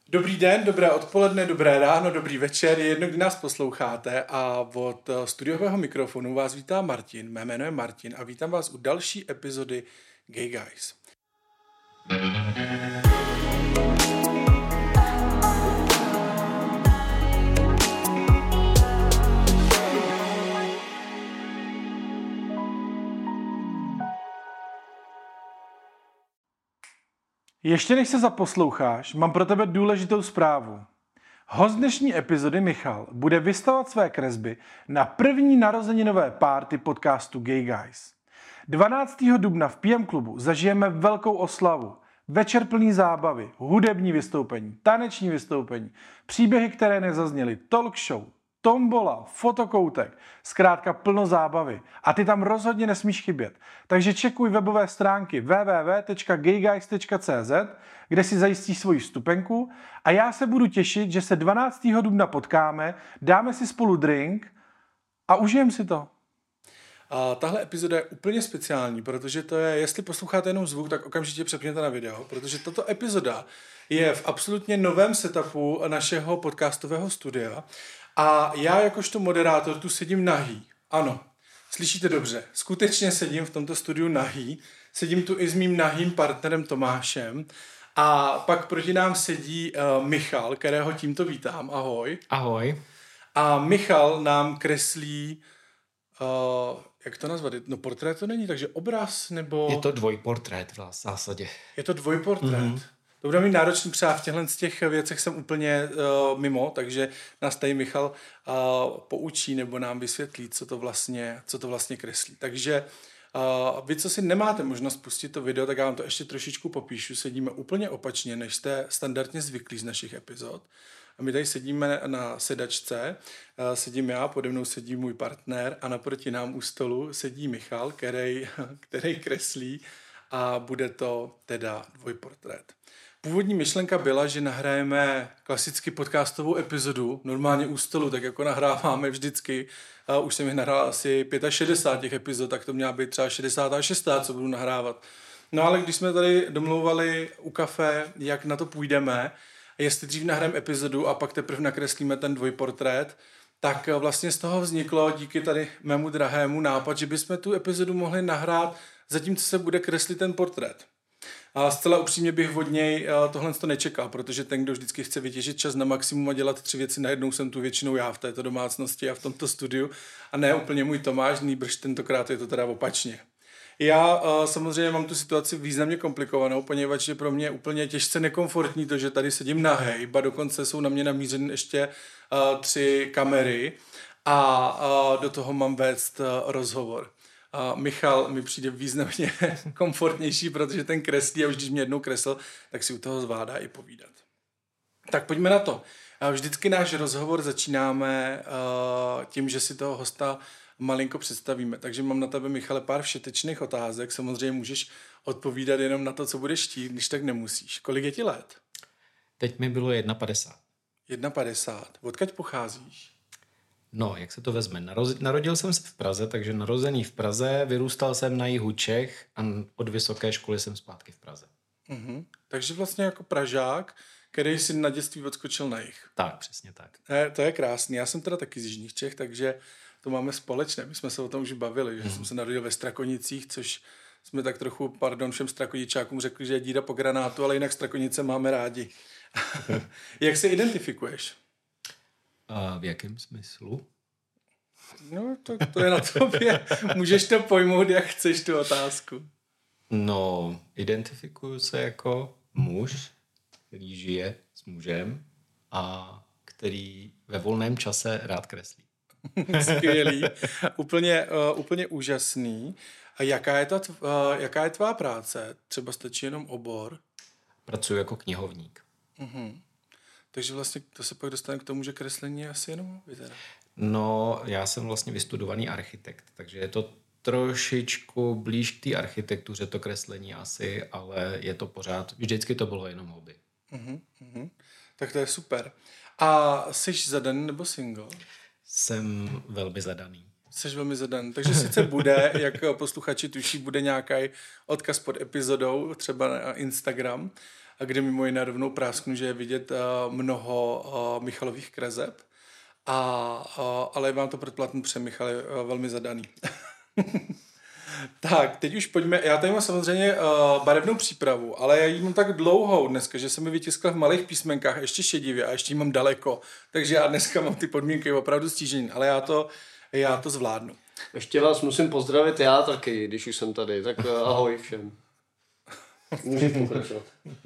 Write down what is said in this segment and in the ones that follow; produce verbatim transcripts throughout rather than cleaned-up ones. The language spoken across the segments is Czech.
Dobrý den, dobré odpoledne, dobré ráno, dobrý večer, je jedno, kdy nás posloucháte a od studiového mikrofonu vás vítá Martin, mé jméno je Martin a vítám vás u další epizody Gay Guys. Ještě než se zaposloucháš, mám pro tebe důležitou zprávu. Host dnešní epizody Michal bude vystavovat své kresby na první narozeninové party podcastu Gay Guys. dvanáctého dubna v P M klubu zažijeme velkou oslavu. Večer plný zábavy, hudební vystoupení, taneční vystoupení, příběhy, které nezazněly, talk show, tombola, fotokoutek, zkrátka plno zábavy. A ty tam rozhodně nesmíš chybět. Takže čekuj webové stránky w w w tečka gay guys tečka c z, kde si zajistíš svoji vstupenku a já se budu těšit, že se dvanáctého dubna potkáme, dáme si spolu drink a užijem si to. A tahle epizoda je úplně speciální, protože to je, jestli posloucháte jenom zvuk, tak okamžitě přepněte na video, protože tato epizoda je v absolutně novém setupu našeho podcastového studia a já jakožto moderátor tu sedím nahý. Ano, slyšíte dobře, skutečně sedím v tomto studiu nahý, sedím tu i s mým nahým partnerem Tomášem a pak proti nám sedí uh, Michal, kterého tímto vítám, ahoj. Ahoj. A Michal nám kreslí, uh, jak to nazvat, no portrét to není, takže obraz nebo... Je to dvojportrét v zásadě. Je to dvojportrét. Mm-hmm. To bude mít náročný přát, v těchto z těch věcech jsem úplně uh, mimo, takže nás tady Michal uh, poučí nebo nám vysvětlí, co to vlastně, co to vlastně kreslí. Takže uh, vy, co si nemáte možnost pustit to video, tak já vám to ještě trošičku popíšu. Sedíme úplně opačně, než jste standardně zvyklí z našich epizod. A my tady sedíme na sedačce, uh, sedím já, pode mnou sedí můj partner a naproti nám u stolu sedí Michal, který, který kreslí a bude to teda dvojportrét. Původní myšlenka byla, že nahrajeme klasicky podcastovou epizodu, normálně u stolu, tak jako nahráváme vždycky. Uh, už jsem jich nahrál asi šedesát pět těch epizod, tak to měla být třeba šedesát šest, co budu nahrávat. No ale když jsme tady domlouvali u kafe, jak na to půjdeme, jestli dřív nahrajeme epizodu a pak teprve nakreslíme ten dvojportrét, tak vlastně z toho vzniklo díky tady mému drahému nápad, že bychom tu epizodu mohli nahrát zatímco se bude kreslit ten portrét. A zcela upřímně bych od něj tohle to nečekal, protože ten, kdo vždycky chce vytěžit čas na maximum a dělat tři věci najednou, jsem tu většinou já v této domácnosti a v tomto studiu a ne úplně můj Tomáš, nýbrž tentokrát je to teda opačně. Já samozřejmě mám tu situaci významně komplikovanou, poněvadž je pro mě úplně těžce nekomfortní to, že tady sedím nahej, ba dokonce jsou na mě namířeny ještě uh, tři kamery a uh, do toho mám vést uh, rozhovor. A Michal mi přijde významně komfortnější, protože ten kreslí a už když mě jednou kresl, tak si u toho zvládá i povídat. Tak pojďme na to. Vždycky náš rozhovor začínáme uh, tím, že si toho hosta malinko představíme. Takže mám na tebe, Michale, pár všetečných otázek. Samozřejmě můžeš odpovídat jenom na to, co budeš chtít, když tak nemusíš. Kolik je ti let? Teď mi bylo padesát jedna. padesát jedna. Odkud pocházíš? No, jak se to vezme? Narodil jsem se v Praze, takže narozený v Praze, vyrůstal jsem na jihu Čech a od vysoké školy jsem zpátky v Praze. Mhm. Takže vlastně jako Pražák, který si na dětství odskočil na jih. Tak, přesně tak. E, to je krásný. Já jsem teda taky z jižních Čech, takže to máme společné. My jsme se o tom už bavili, že mhm. jsem se narodil ve Strakonicích, což jsme tak trochu, pardon všem Strakoničákům, řekli, že je díra po granátu, ale jinak Strakonice máme rádi. Jak se identifikuješ? A v jakém smyslu? No, to, to je na tobě. Můžeš to pojmout, jak chceš tu otázku. No, identifikuju se jako muž, který žije s mužem a který ve volném čase rád kreslí. Skvělý. úplně, uh, úplně úžasný. A jaká je, ta, uh, jaká je tvá práce? Třeba stačí jenom obor? Pracuji jako knihovník. Uh-huh. Takže vlastně to se pak dostane k tomu, že kreslení je asi jenom hobby teda. No, já jsem vlastně vystudovaný architekt, takže je to trošičku blíž k té architektuře to kreslení asi, ale je to pořád, vždycky to bylo jenom hobby. Uh-huh, uh-huh. Tak to je super. A jsi zadaný nebo single? Jsem velmi zadaný. Jsi velmi zadaný. Takže sice bude, jak posluchači tuší, bude nějaký odkaz pod epizodou, třeba na Instagram, a kde mimo jiné rovnou prásknu, že je vidět uh, mnoho uh, Michalových kreseb, a, uh, ale vám to předplatný, protože Michal je uh, velmi zadaný. Tak, teď už pojďme, já tady mám samozřejmě uh, barevnou přípravu, ale já ji mám tak dlouhou dneska, že se mi vytiskla v malých písmenkách, ještě šedivě a ještě ji mám daleko, takže já dneska mám ty podmínky opravdu stížený, ale já to, já to zvládnu. Ještě vás musím pozdravit já taky, když už jsem tady, tak ahoj všem. Můžeš pokračovat.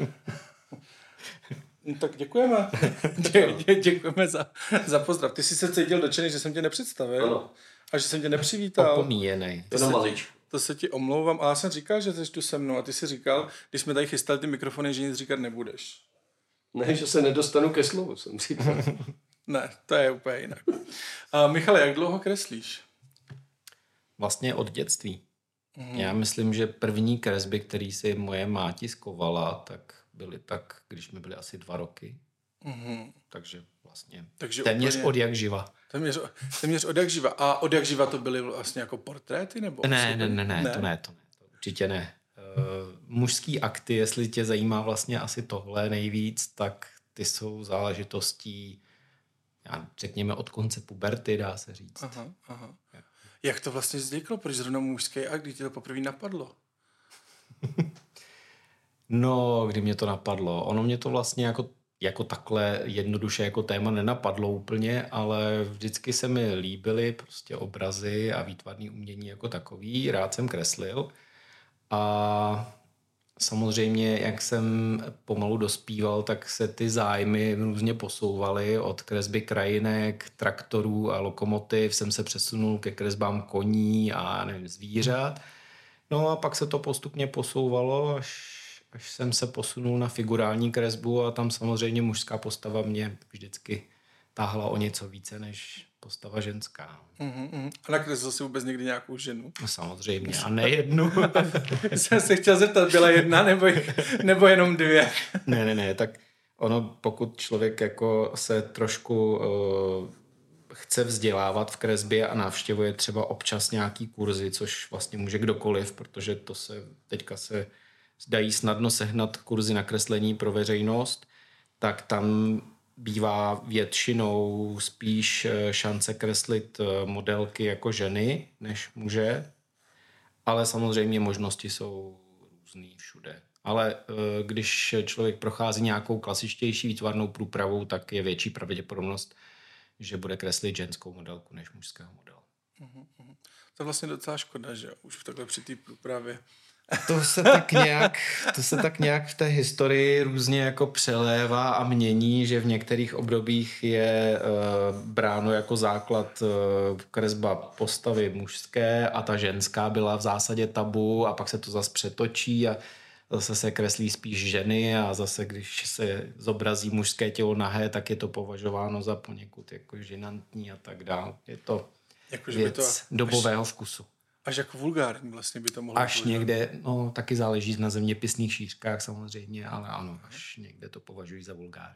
Tak děkujeme. Dě, dě, děkujeme za, za pozdrav. Ty jsi se cítil dočený, že jsem tě nepředstavil. Ano. A že jsem tě nepřivítal. Opomíjenej. To, se, to se ti omlouvám. A já jsem říkal, že jsi tu se mnou. A ty jsi říkal, když jsme tady chystali ty mikrofony, že nic říkat nebudeš. Ne, že se nedostanu ke slovu, jsem říkal. Ne, to je úplně jinak. A Michale, jak dlouho kreslíš? Vlastně od dětství. Mm. Já myslím, že první kresby, který si moje máti skovala, tak byly tak, když mi byly asi dva roky. Mm. Takže vlastně Takže téměř úplně, od jak živa. Téměř, téměř od jak živa. A od jak živa to byly vlastně jako portréty? Nebo ne, ne, ne, ne, ne, to ne, to ne. To určitě ne. Uh, mužský akty, jestli tě zajímá vlastně asi tohle nejvíc, tak ty jsou záležitostí, já řekněme, od konce puberty, dá se říct. Aha, aha. Jak to vlastně vzniklo? Proč zrovna mužský akt, kdy ti to poprvé napadlo? No, kdy mě to napadlo. Ono mě to vlastně jako, jako takhle jednoduše jako téma nenapadlo úplně, ale vždycky se mi líbily prostě obrazy a výtvarné umění jako takový. Rád jsem kreslil. A samozřejmě, jak jsem pomalu dospíval, tak se ty zájmy různě posouvaly. Od kresby krajinek, traktorů a lokomotiv jsem se přesunul ke kresbám koní a nevím, zvířat. No a pak se to postupně posouvalo, až, až jsem se posunul na figurální kresbu a tam samozřejmě mužská postava mě vždycky táhla o něco více než postava ženská. Mm-hmm. A nakreslil jsi vůbec někdy nějakou ženu? No samozřejmě, a ne jednu. Jsem se chtěl zeptat, byla jedna nebo, nebo jenom dvě? Ne, ne, ne, tak ono, pokud člověk jako se trošku uh, chce vzdělávat v kresbě a navštěvuje třeba občas nějaký kurzy, což vlastně může kdokoliv, protože to se teďka se dají snadno sehnat kurzy na kreslení pro veřejnost, tak tam bývá většinou spíš šance kreslit modelky jako ženy než muže, ale samozřejmě možnosti jsou různý všude. Ale když člověk prochází nějakou klasičtější výtvarnou průpravou, tak je větší pravděpodobnost, že bude kreslit ženskou modelku než mužského modela. Uhum. To je vlastně docela škoda, že už takhle při té průpravě. To se tak nějak, to se tak nějak v té historii různě jako přelévá a mění, že v některých obdobích je uh, bráno jako základ uh, kresba postavy mužské a ta ženská byla v zásadě tabu a pak se to zase přetočí a zase se kreslí spíš ženy a zase když se zobrazí mužské tělo nahé, tak je to považováno za poněkud jako ženantní a tak dál. Je to jako, věc to dobového až, vkusu. Až jako vulgární vlastně by to mohlo Až být. někde, no taky záleží na zeměpisných šířkách samozřejmě, ale ano, až někde to považují za vulgární.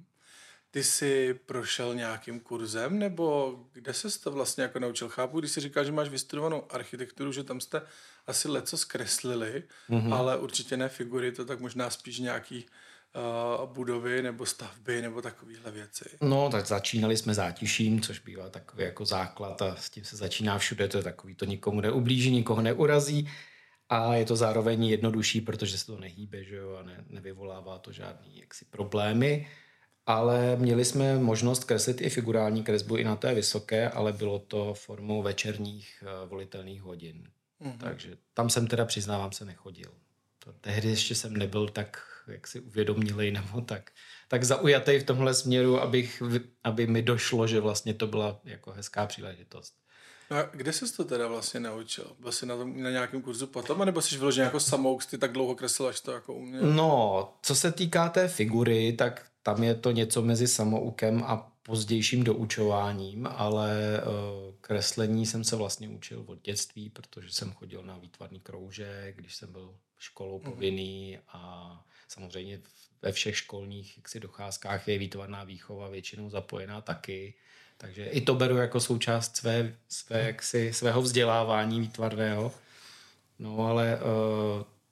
Ty jsi prošel nějakým kurzem, nebo kde ses to vlastně jako naučil? Chápu, když jsi říkal, že máš vystudovanou architekturu, že tam jste asi leco zkreslili, mm-hmm. ale určitě ne figury, to tak možná spíš nějaký uh, budovy nebo stavby nebo takovéhle věci. No, tak začínali jsme zátiším, což bývá takový jako základ a s tím se začíná všude, to je takový, to nikomu neublíží, nikoho neurazí a je to zároveň jednodušší, protože se to nehýbe, že jo, a ne, nevyvolává to žádný jaksi problémy. Ale měli jsme možnost kreslit i figurální kresbu i na té vysoké, ale bylo to formou večerních uh, volitelných hodin. Mm-hmm. Takže tam jsem teda, přiznávám se, nechodil. To, tehdy ještě jsem nebyl tak jaksi uvědomělej nebo tak, tak zaujatý v tomhle směru, abych, aby mi došlo, že vlastně to byla jako hezká příležitost. No a kde jsi to teda vlastně naučil? Byl jsi na, tom, na nějakém kurzu potom, nebo jsi vyložený jako samouk, ty tak dlouho kreslil, až to jako uměl? No, co se týká té figury, tak tam je to něco mezi samoukem a pozdějším doučováním, ale uh, kreslení jsem se vlastně učil od dětství, protože jsem chodil na výtvarný kroužek, když jsem byl školou povinný a samozřejmě ve všech školních jaksi docházkách je výtvarná výchova většinou zapojená taky. Takže i to beru jako součást své, své, jaksi, svého vzdělávání výtvarného. No ale uh,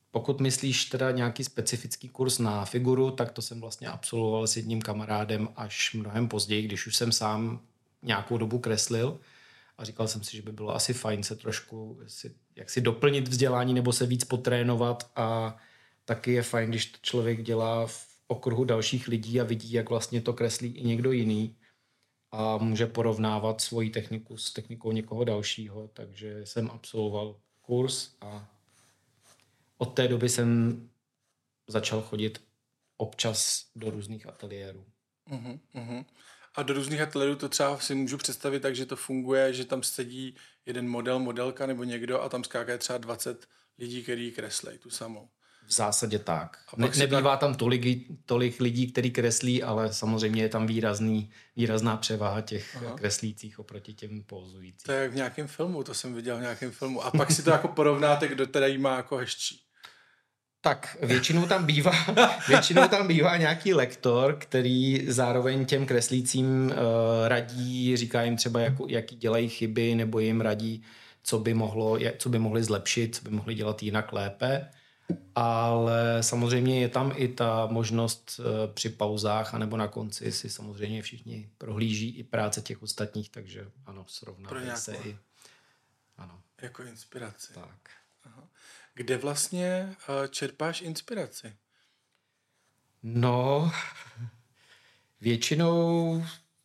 pokud myslíš teda nějaký specifický kurz na figuru, tak to jsem vlastně absolvoval s jedním kamarádem až mnohem později, když už jsem sám nějakou dobu kreslil a říkal jsem si, že by bylo asi fajn se trošku si, jak si doplnit vzdělání nebo se víc potrénovat a taky je fajn, když to člověk dělá v okruhu dalších lidí a vidí, jak vlastně to kreslí i někdo jiný a může porovnávat svoji techniku s technikou někoho dalšího, takže jsem absolvoval kurz a od té doby jsem začal chodit občas do různých ateliérů. Uh-huh, uh-huh. A do různých ateliérů to třeba si můžu představit tak, že to funguje, že tam sedí jeden model, modelka nebo někdo a tam skáká třeba dvacet lidí, kteří kreslí tu samou. V zásadě tak. Ne, nebývá tak... tam tolik, tolik lidí, kteří kreslí, ale samozřejmě je tam výrazný, výrazná převaha těch Aha. kreslících oproti těm pózujících. To je jak v nějakém filmu, to jsem viděl v nějakém filmu. A pak si to jako porovnáte, kdo teda jí má jako hezčí. Tak většinou tam bývá, většinou tam bývá nějaký lektor, který zároveň těm kreslícím uh, radí, říká jim třeba, jak, jaký dělají chyby, nebo jim radí, co by, mohlo, co by mohli zlepšit, co by mohli dělat jinak lépe. Ale samozřejmě je tam i ta možnost uh, při pauzách anebo na konci si samozřejmě všichni prohlíží i práce těch ostatních, takže ano, srovnávají se i. Ano. Jako inspiraci. Tak. Aha. Kde vlastně uh, čerpáš inspiraci? No, většinou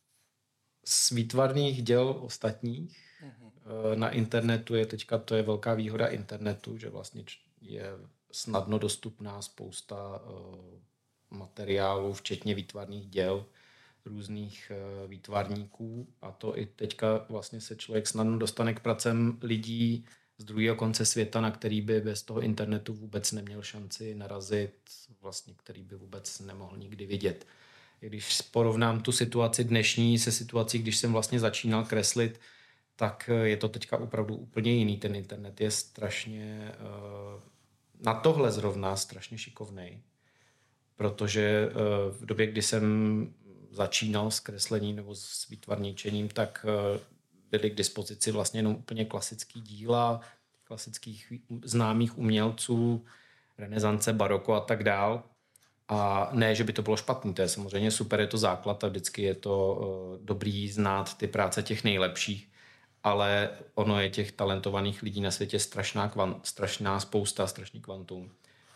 z výtvarných děl ostatních. Uh-huh. Na internetu je teďka, to je velká výhoda internetu, že vlastně je snadno dostupná spousta uh, materiálů, včetně výtvarných děl různých uh, výtvarníků a to i teďka vlastně se člověk snadno dostane k pracem lidí z druhého konce světa, na který by bez toho internetu vůbec neměl šanci narazit, vlastně který by vůbec nemohl nikdy vidět. Když porovnám tu situaci dnešní se situací, když jsem vlastně začínal kreslit, tak je to teďka opravdu úplně jiný. Ten internet je strašně na tohle zrovna strašně šikovnej, protože v době, kdy jsem začínal s kreslením nebo s výtvarníčením, tak byly k dispozici vlastně jenom úplně klasický díla, klasických známých umělců, renesance, baroko a tak dál. A ne, že by to bylo špatný, to je samozřejmě super, je to základ a vždycky je to uh, dobrý znát ty práce těch nejlepších, ale ono je těch talentovaných lidí na světě strašná, kvan, strašná spousta, strašný kvantum.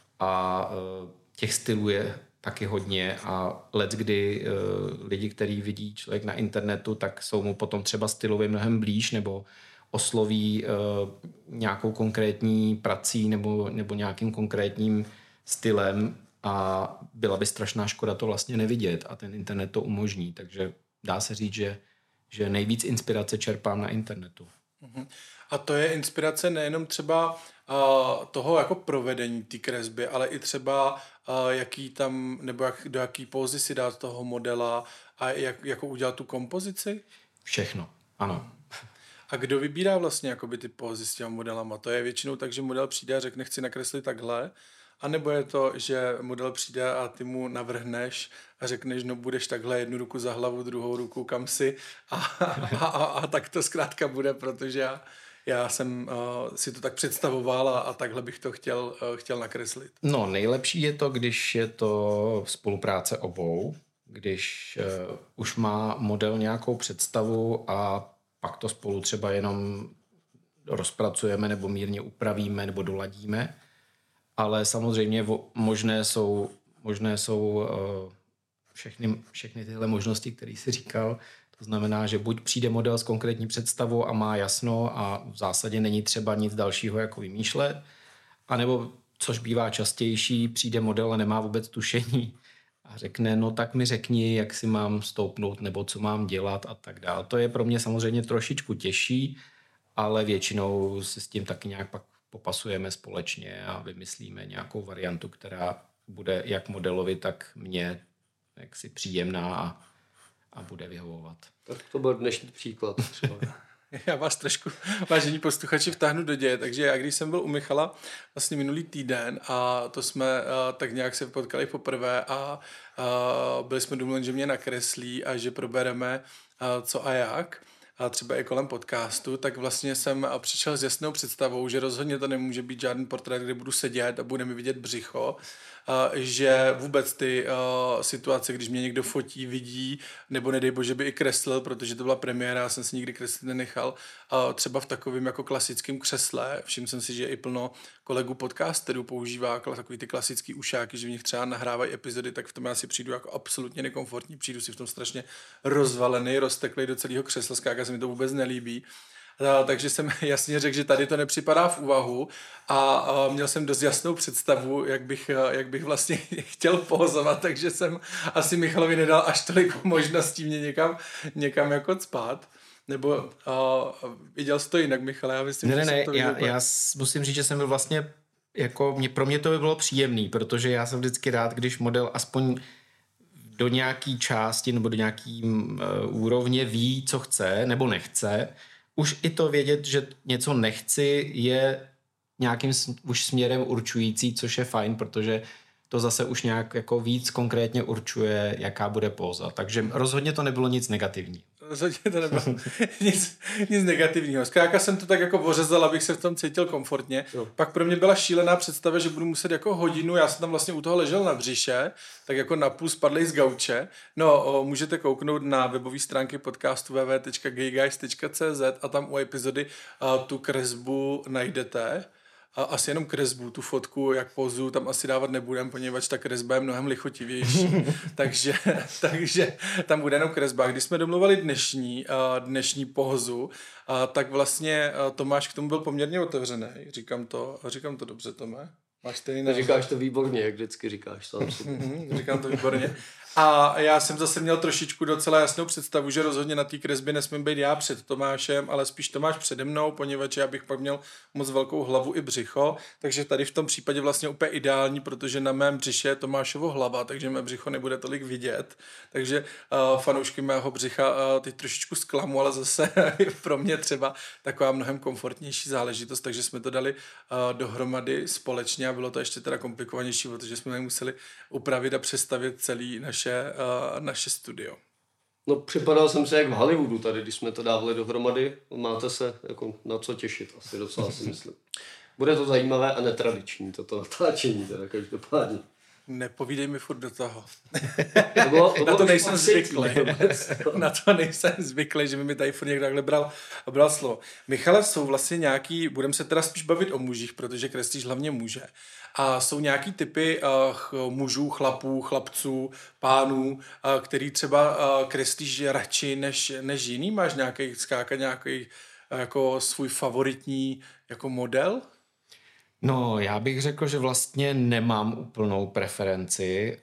A uh, těch stylů je taky hodně a leckdy uh, lidi, který vidí člověk na internetu, tak jsou mu potom třeba stylově mnohem blíž nebo osloví uh, nějakou konkrétní prací nebo, nebo nějakým konkrétním stylem a byla by strašná škoda to vlastně nevidět a ten internet to umožní, takže dá se říct, že, že nejvíc inspirace čerpám na internetu. Uh-huh. A to je inspirace nejenom třeba uh, toho jako provedení té kresby, ale i třeba uh, jaký tam, nebo jak, do jaký pózy si dát toho modela a jak, jako udělat tu kompozici? Všechno, ano. A kdo vybírá vlastně jakoby ty pózy s těma modelama? To je většinou tak, že model přijde a řekne, chci nakreslit takhle, a nebo je to, že model přijde a ty mu navrhneš a řekneš, no budeš takhle jednu ruku za hlavu, druhou ruku kam si a, a, a, a tak to zkrátka bude, protože já, já jsem uh, si to tak představoval a, a takhle bych to chtěl, uh, chtěl nakreslit. No nejlepší je to, když je to spolupráce obou, když uh, už má model nějakou představu a pak to spolu třeba jenom rozpracujeme nebo mírně upravíme nebo doladíme. Ale samozřejmě možné jsou, možné jsou uh, všechny, všechny tyhle možnosti, které jsi říkal. To znamená, že buď přijde model s konkrétní představou a má jasno a v zásadě není třeba nic dalšího jako vymýšlet, anebo, což bývá častější, přijde model a nemá vůbec tušení a řekne, no tak mi řekni, jak si mám stoupnout nebo co mám dělat a tak dále. To je pro mě samozřejmě trošičku těžší, ale většinou se s tím taky nějak pak popasujeme společně a vymyslíme nějakou variantu, která bude jak modelovi, tak mně jaksi příjemná a, a bude vyhovovat. Tak to byl dnešní příklad třeba. Já vás trošku, vážení posluchači, vtáhnu do děje, takže já když jsem byl u Michala vlastně minulý týden a to jsme uh, tak nějak se potkali poprvé a uh, byli jsme domluveni, že mě nakreslí a že probereme uh, co a jak. a třeba i kolem podcastu, tak vlastně jsem přišel s jasnou představou, že rozhodně to nemůže být žádný portrét, kde budu sedět a bude mi vidět břicho, a že vůbec ty uh, situace, když mě někdo fotí, vidí, nebo nedej bože by i kreslil, protože to byla premiéra, já jsem si nikdy kreslit nenechal, uh, třeba v takovém jako klasickém křesle. Všiml jsem si, že i plno kolegů podcasterů používá takový ty klasický ušáky, že v nich třeba nahrávají epizody, tak v tom já si přijdu jako absolutně nekomfortní, přijdu si v tom strašně rozvalený, rozteklej do celého křesla, skáka se mi to vůbec nelíbí. No, takže jsem jasně řekl, že tady to nepřipadá v úvahu a, a měl jsem dost jasnou představu, jak bych, jak bych vlastně chtěl pozovat, takže jsem asi Michalovi nedal až tolik možností mě někam, někam jako cpát. Nebo uh, viděl jsi to jinak, Michale? Já myslím, ne, že ne, jsem to já, viděl. já musím říct, že jsem byl vlastně, jako mě, pro mě to by bylo příjemný, protože já jsem vždycky rád, když model aspoň do nějaký části nebo do nějaký uh, úrovně ví, co chce nebo nechce. Už i to vědět, že něco nechci, je nějakým už směrem určující, což je fajn, protože to zase už nějak jako víc konkrétně určuje, jaká bude póza. Takže rozhodně to nebylo nic negativního. Rozhodně to nebylo nic, nic negativního. Zkrátka jsem to tak jako ořezal, abych se v tom cítil komfortně. Jo. Pak pro mě byla šílená představa, že budu muset jako hodinu, já jsem tam vlastně u toho ležel na břiše, tak jako napůl spadlej z gauče. No, o, můžete kouknout na webové stránky podcastu w w w tečka gayguys tečka c z a tam u epizody a, tu kresbu najdete. A asi jenom kresbu, tu fotku, jak pozu, tam asi dávat nebudem, poněvadž ta kresba je mnohem lichotivější. takže, takže tam bude jenom kresba. Když jsme domluvali dnešní, dnešní pozu, tak vlastně Tomáš k tomu byl poměrně otevřený. Říkám to, říkám to dobře, Tome? Máš stejný názor? Říkáš to výborně, jak vždycky říkáš. Sám říkám to výborně. A já jsem zase měl trošičku docela jasnou představu, že rozhodně na té kresbě nesmím být já před Tomášem, ale spíš Tomáš přede mnou, poněvadž já bych pak měl moc velkou hlavu i břicho, takže tady v tom případě vlastně úplně ideální, protože na mém břiše je Tomášovo hlava, takže mé břicho nebude tolik vidět, takže uh, fanoušky mého břicha uh, teď trošičku zklamu, ale zase pro mě třeba taková mnohem komfortnější záležitost, takže jsme to dali uh, dohromady společně a bylo to ještě teda komplikovanější, protože jsme museli upravit a přestavět celý naše Uh, naše studio. No, připadal jsem se jak v Hollywoodu tady, když jsme to dávali dohromady. Máte se jako na co těšit, asi docela si myslím. Bude to zajímavé a netradiční, toto natáčení, teda každopádně. Nepovídej mi furt do toho. To bylo, to na to nejsem bylo zvyklý. Na to nejsem zvyklý, že by mi tady furt někdo takhle bral, bral slovo. Michale, jsou vlastně nějaký, budeme se teda spíš bavit o mužích, protože kreslíš hlavně muže. A jsou nějaký typy uh, mužů, chlapů, chlapců, pánů, uh, který třeba uh, kreslíš radši než, než jiný? Máš nějaký skáka, nějaký uh, jako svůj favoritní jako model? No, já bych řekl, že vlastně nemám úplnou preferenci.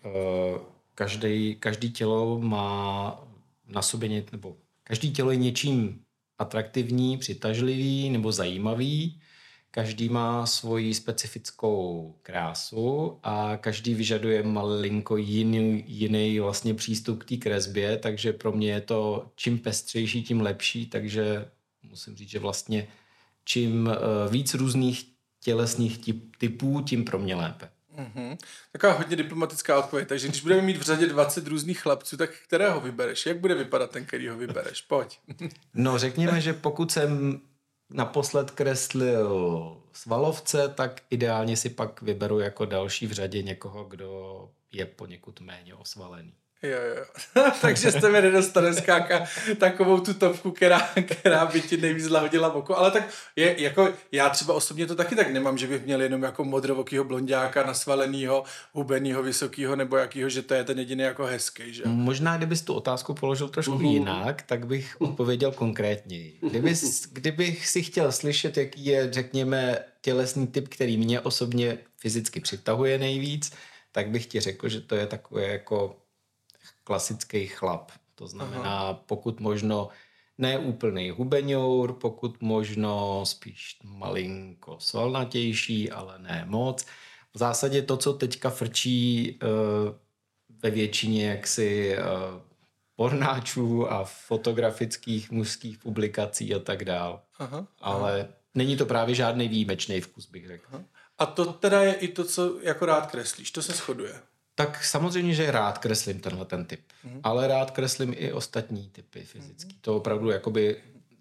Každý, každý tělo má na sobě, ně, nebo každý tělo je něčím atraktivní, přitažlivý nebo zajímavý. Každý má svoji specifickou krásu a každý vyžaduje malinko jiný, jiný vlastně přístup k té kresbě, takže pro mě je to čím pestřejší, tím lepší, takže musím říct, že vlastně čím víc různých tělesných typů, tím pro mě lépe. Mm-hmm. Taková hodně diplomatická odpověď. Takže když budeme mít v řadě dvacet různých chlapců, tak kterého vybereš? Jak bude vypadat ten, který ho vybereš? Pojď. No řekněme, že pokud jsem naposled kreslil svalovce, tak ideálně si pak vyberu jako další v řadě někoho, kdo je poněkud méně osvalený. Jo, jo. Takže jste mi nedostane skáka takovou tu topku, která, která by ti nejvíc lahodila oko. Ale tak je, jako já třeba osobně to taky tak nemám, že bych měl jenom jako modrovokýho blonďáka, nasvalenýho, hubenýho, vysokýho, nebo jakýho, že to je ten jediný jako hezký, že? Možná, kdybys tu otázku položil trošku uh-huh. jinak, tak bych odpověděl konkrétněji. Kdybys, kdybych si chtěl slyšet, jaký je, řekněme, tělesný typ, který mě osobně fyzicky přitahuje nejvíc, tak bych ti řekl, že to je takové jako klasický chlap. To znamená, aha, pokud možno neúplný hubeňour, pokud možno spíš malinko svalnatější, ale ne moc. V zásadě to, co teďka frčí uh, ve většině jaksi uh, pornáčů a fotografických mužských publikací a tak dál. Aha, ale aha, není to právě žádný výjimečný vkus, bych řekl. Aha. A to teda je i to, co jako rád kreslíš, to se shoduje. Tak samozřejmě, že rád kreslím tenhle ten typ, mm. ale rád kreslím i ostatní typy fyzický. Mm. To opravdu jakoby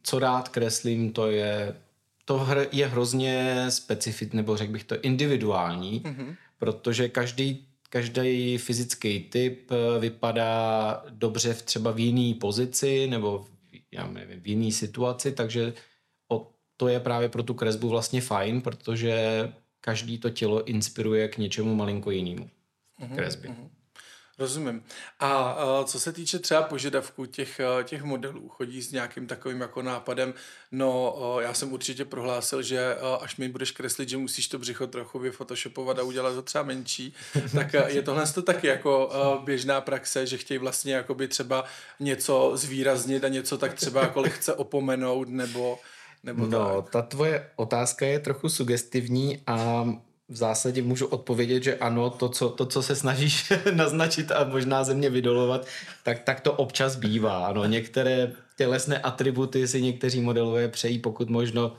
co rád kreslím, to je, to je hrozně specific, nebo řekl bych to individuální, mm-hmm. protože každý, každý fyzický typ vypadá dobře v třeba v jiný pozici nebo já nevím, v jiný situaci, takže o, to je právě pro tu kresbu vlastně fajn, protože každý to tělo inspiruje k něčemu malinko jinému v kresbě. Mm-hmm. Rozumím. A, a co se týče třeba požadavků těch, těch modelů, chodí s nějakým takovým jako nápadem, no já jsem určitě prohlásil, že až mi budeš kreslit, že musíš to břicho trochu vyfotoshopovat a udělat to třeba menší, tak je tohle to taky jako běžná praxe, že chtějí vlastně jakoby třeba něco zvýraznit a něco tak třeba jako lehce opomenout nebo, nebo no, tak. Ta tvoje otázka je trochu sugestivní a v zásadě můžu odpovědět, že ano, to, co, to, co se snažíš naznačit a možná ze mě vydolovat, tak, tak to občas bývá. Ano, některé tělesné atributy si někteří modelové přejí pokud možno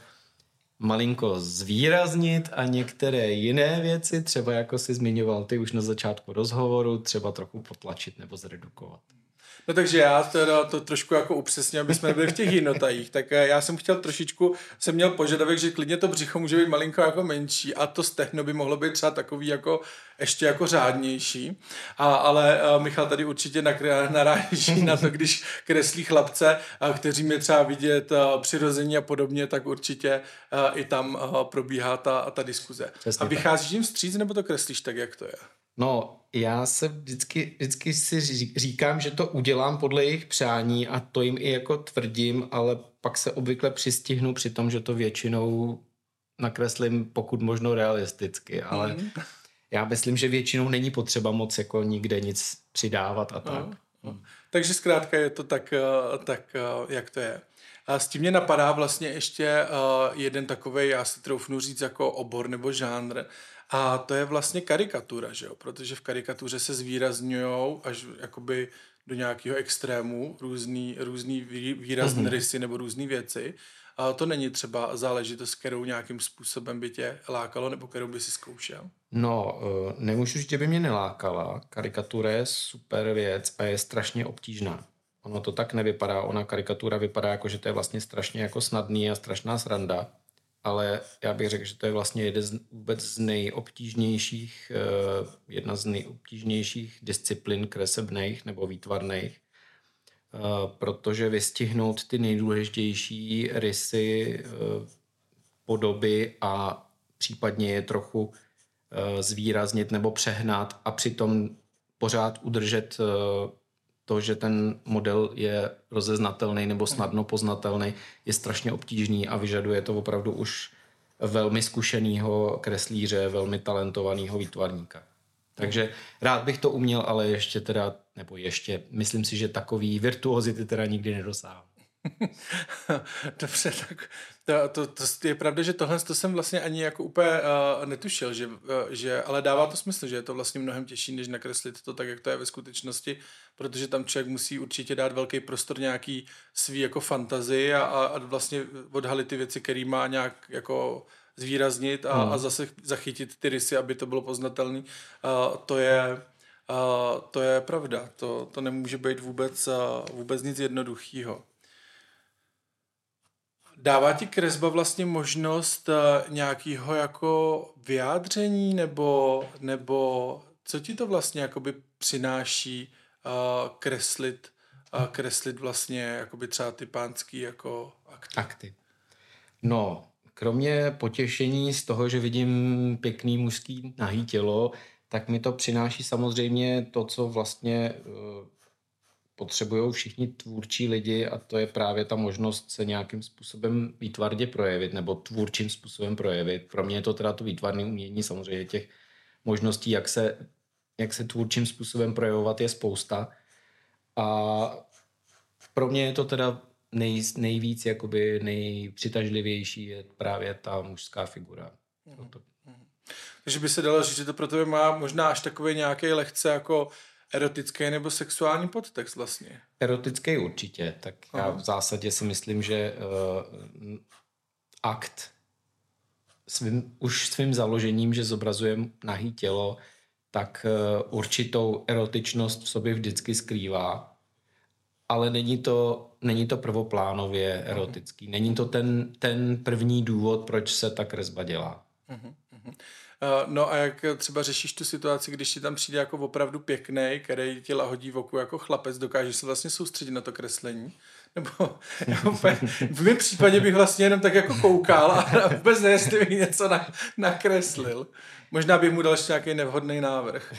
malinko zvýraznit a některé jiné věci, třeba jako si zmiňoval ty už na začátku rozhovoru, třeba trochu potlačit nebo zredukovat. No takže já teda to trošku jako upřesně, aby jsme byli v těch jinotajích, tak já jsem chtěl trošičku, jsem měl požadavek, že klidně to břicho může být malinko jako menší a to stehno by mohlo být třeba takový jako ještě jako řádnější, a, ale a Michal tady určitě naráží na to, když kreslí chlapce, a kteří mě třeba vidět a, přirození a podobně, tak určitě a, i tam a, probíhá ta, ta diskuze. Přesně a vycházíš jim vstříc, nebo to kreslíš tak, jak to je? No, já se vždycky, vždycky si říkám, že to udělám podle jejich přání a to jim i jako tvrdím, ale pak se obvykle přistihnu při tom, že to většinou nakreslím pokud možno realisticky, ale mm. já myslím, že většinou není potřeba moc jako nikde nic přidávat a tak. No, no. Takže zkrátka je to tak, tak, jak to je. A s tím mě napadá vlastně ještě jeden takovej, já si troufnu říct, jako obor nebo žánr, a to je vlastně karikatura, že jo? Protože v karikatuře se zvýrazňujou až jakoby do nějakého extrému různý, různý výrazné mm-hmm. rysy nebo různé věci. A to není třeba záležitost, kterou nějakým způsobem by tě lákalo nebo kterou by si zkoušel? No, nemůžu říct, že by mě nelákala. Karikatura je super věc a je strašně obtížná. Ono to tak nevypadá. Ona karikatura vypadá jako, že to je vlastně strašně jako snadný a strašná sranda. Ale já bych řekl, že to je vlastně jeden z, vůbec z nejobtížnějších, uh, jedna z nejobtížnějších disciplín kresebných nebo výtvarných, uh, protože vystihnout ty nejdůležitější rysy, uh, podoby a případně je trochu uh, zvýraznit nebo přehnat a přitom pořád udržet uh, to, že ten model je rozeznatelný nebo snadno poznatelný, je strašně obtížný a vyžaduje to opravdu už velmi zkušenýho kreslíře, velmi talentovaného výtvarníka. Takže rád bych to uměl, ale ještě teda, nebo ještě, myslím si, že takový virtuozity teda nikdy nedosáhnu. Dobře, tak to, to, to je pravda, že tohle to jsem vlastně ani jako úplně uh, netušil, že, uh, že, ale dává to smysl, že je to vlastně mnohem těžší, než nakreslit to tak, jak to je ve skutečnosti, protože tam člověk musí určitě dát velký prostor nějaký svý jako fantazii a, a vlastně odhalit ty věci, který má nějak jako zvýraznit a, hmm. a zase zachytit ty rysy, aby to bylo poznatelné. Uh, to je uh, to je pravda, to, to nemůže být vůbec, uh, vůbec nic jednoduchýho. Dává ti kresba vlastně možnost uh, nějakého jako vyjádření, nebo, nebo co ti to vlastně jakoby přináší uh, kreslit, uh, kreslit vlastně jakoby třeba ty pánský jako akty? Akty. No, kromě potěšení z toho, že vidím pěkný mužský nahý tělo, tak mi to přináší samozřejmě to, co vlastně uh, potřebují všichni tvůrčí lidi a to je právě ta možnost se nějakým způsobem výtvarně projevit nebo tvůrčím způsobem projevit. Pro mě je to teda to výtvarné umění, samozřejmě těch možností, jak se, jak se tvůrčím způsobem projevovat, je spousta. A pro mě je to teda nej, nejvíc, jakoby nejpřitažlivější je právě ta mužská figura. Mm. Takže by se dalo říct, že to pro tebe má možná až takový nějaký lehce jako erotický nebo sexuální podtext vlastně? Erotický určitě. Tak já v zásadě si myslím, že uh, akt svým, už svým založením, že zobrazujeme nahý tělo, tak uh, určitou erotičnost v sobě vždycky skrývá. Ale není to, není to prvoplánově erotický. Není to ten, ten první důvod, proč se ta kresba dělá. Uh-huh, uh-huh. No a jak třeba řešíš tu situaci, když ti tam přijde jako opravdu pěknej, který ti lahodí v oku jako chlapec, dokážeš se vlastně soustředit na to kreslení? Nebo v mém případě bych vlastně jenom tak jako koukal a vůbec ne, jestli bych něco na, nakreslil. Možná bych mu dal ještě nějaký nevhodný návrh.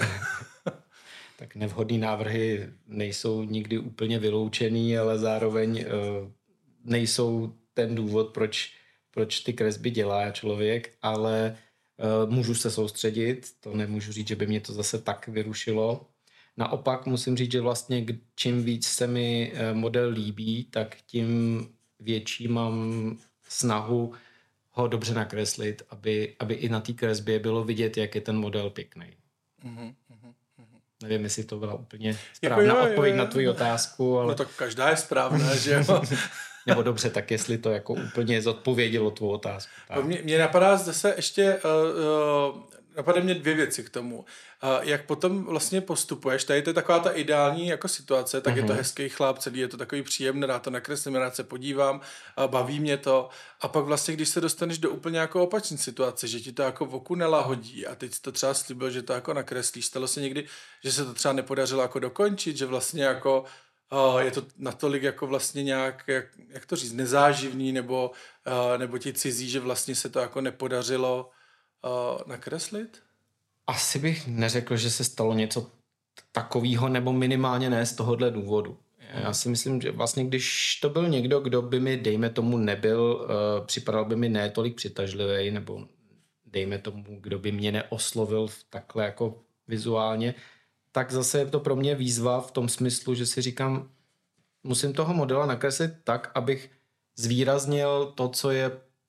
Tak nevhodný návrhy nejsou nikdy úplně vyloučený, ale zároveň uh, nejsou ten důvod, proč, proč ty kresby dělá člověk, ale uh, můžu se soustředit, to nemůžu říct, že by mě to zase tak vyrušilo. Naopak musím říct, že vlastně čím víc se mi model líbí, tak tím větší mám snahu ho dobře nakreslit, aby, aby i na té kresbě bylo vidět, jak je ten model pěkný. Mm-hmm. Nevím, jestli to byla úplně správná jako jo, odpověď jo, jo. na tvou otázku. Ale... No tak každá je správná, že jo? Nebo dobře, tak jestli to jako úplně zodpovědělo tvou otázku. Mě, mě napadá zase ještě... Uh, uh, Napadá mě dvě věci k tomu. Uh, jak potom vlastně postupuješ, tady to je taková ta ideální jako situace, tak uh-huh. je to hezký chlap, celý je to takový příjemný, rád to nakreslím, rád se podívám, uh, baví mě to. A pak vlastně, když se dostaneš do úplně jako opačné situace, že ti to jako v oku nelahodí a teď jsi to třeba slíbil, že to jako nakreslíš, stalo se někdy, že se to třeba nepodařilo jako dokončit, že vlastně jako uh, je to natolik jako vlastně nějak, jak, jak to říct, nezáživný nebo, uh, nebo ti cizí, že vlastně se to jako nepodařilo Uh, nakreslit? Asi bych neřekl, že se stalo něco takového, nebo minimálně ne z tohohle důvodu. Já si myslím, že vlastně když to byl někdo, kdo by mi, dejme tomu, nebyl, uh, připadal by mi ne tolik přitažlivý, nebo dejme tomu, kdo by mě neoslovil takhle jako vizuálně, tak zase je to pro mě výzva v tom smyslu, že si říkám, musím toho modela nakreslit tak, abych zvýraznil to, co je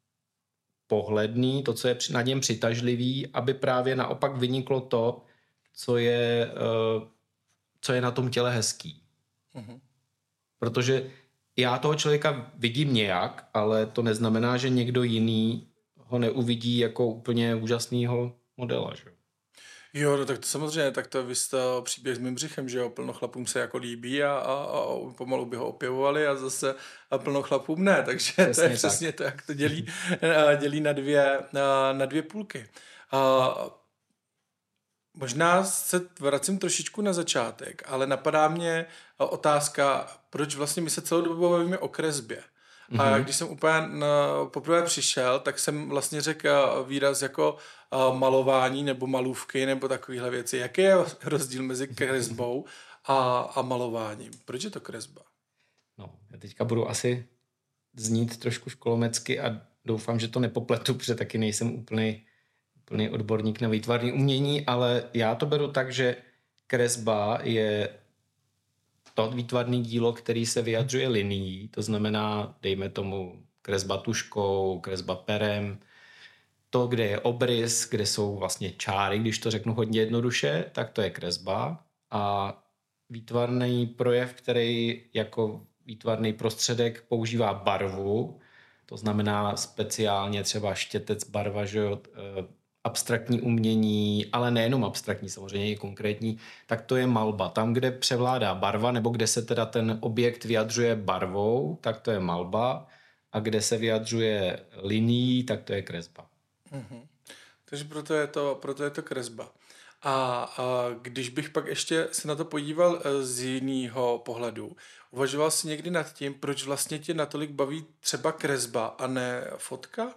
pohledný, to, co je na něm přitažlivý, aby právě naopak vyniklo to, co je, uh, co je na tom těle hezký. Uh-huh. Protože já toho člověka vidím nějak, ale to neznamená, že někdo jiný ho neuvidí jako úplně úžasnýho modela. Že? Jo, no tak to samozřejmě, tak to vy jste příběh s mým břichem, že jo, plno chlapům se jako líbí a, a, a pomalu by ho opěvovali a zase a plno chlapům ne, takže přesně to je tak. Přesně to, jak to dělí, dělí na dvě, na, na dvě půlky. A možná se vracím trošičku na začátek, ale napadá mě otázka, proč vlastně my se celou dobu bavíme o kresbě. Mm-hmm. A když jsem úplně na, poprvé přišel, tak jsem vlastně řekl výraz jako uh, malování nebo malůvky nebo takovéhle věci. Jaký je rozdíl mezi kresbou a, a malováním? Proč je to kresba? No, já teďka budu asi znít trošku školomecky a doufám, že to nepopletu, protože taky nejsem úplný, úplný odborník na výtvarné umění, ale já to beru tak, že kresba je to výtvarné dílo, který se vyjadřuje linií, to znamená, dejme tomu, kresba tuškou, kresba perem, to, kde je obrys, kde jsou vlastně čáry, když to řeknu hodně jednoduše, tak to je kresba. A výtvarný projev, který jako výtvarný prostředek používá barvu, to znamená speciálně třeba štětec, barva, že jo, abstraktní umění, ale nejenom abstraktní, samozřejmě i konkrétní, tak to je malba. Tam, kde převládá barva, nebo kde se teda ten objekt vyjadřuje barvou, tak to je malba, a kde se vyjadřuje linií, tak to je kresba. Mm-hmm. Takže proto je to, proto je to kresba. A, a když bych pak ještě se na to podíval z jiného pohledu, uvažoval jsi někdy nad tím, proč vlastně tě natolik baví třeba kresba a ne fotka?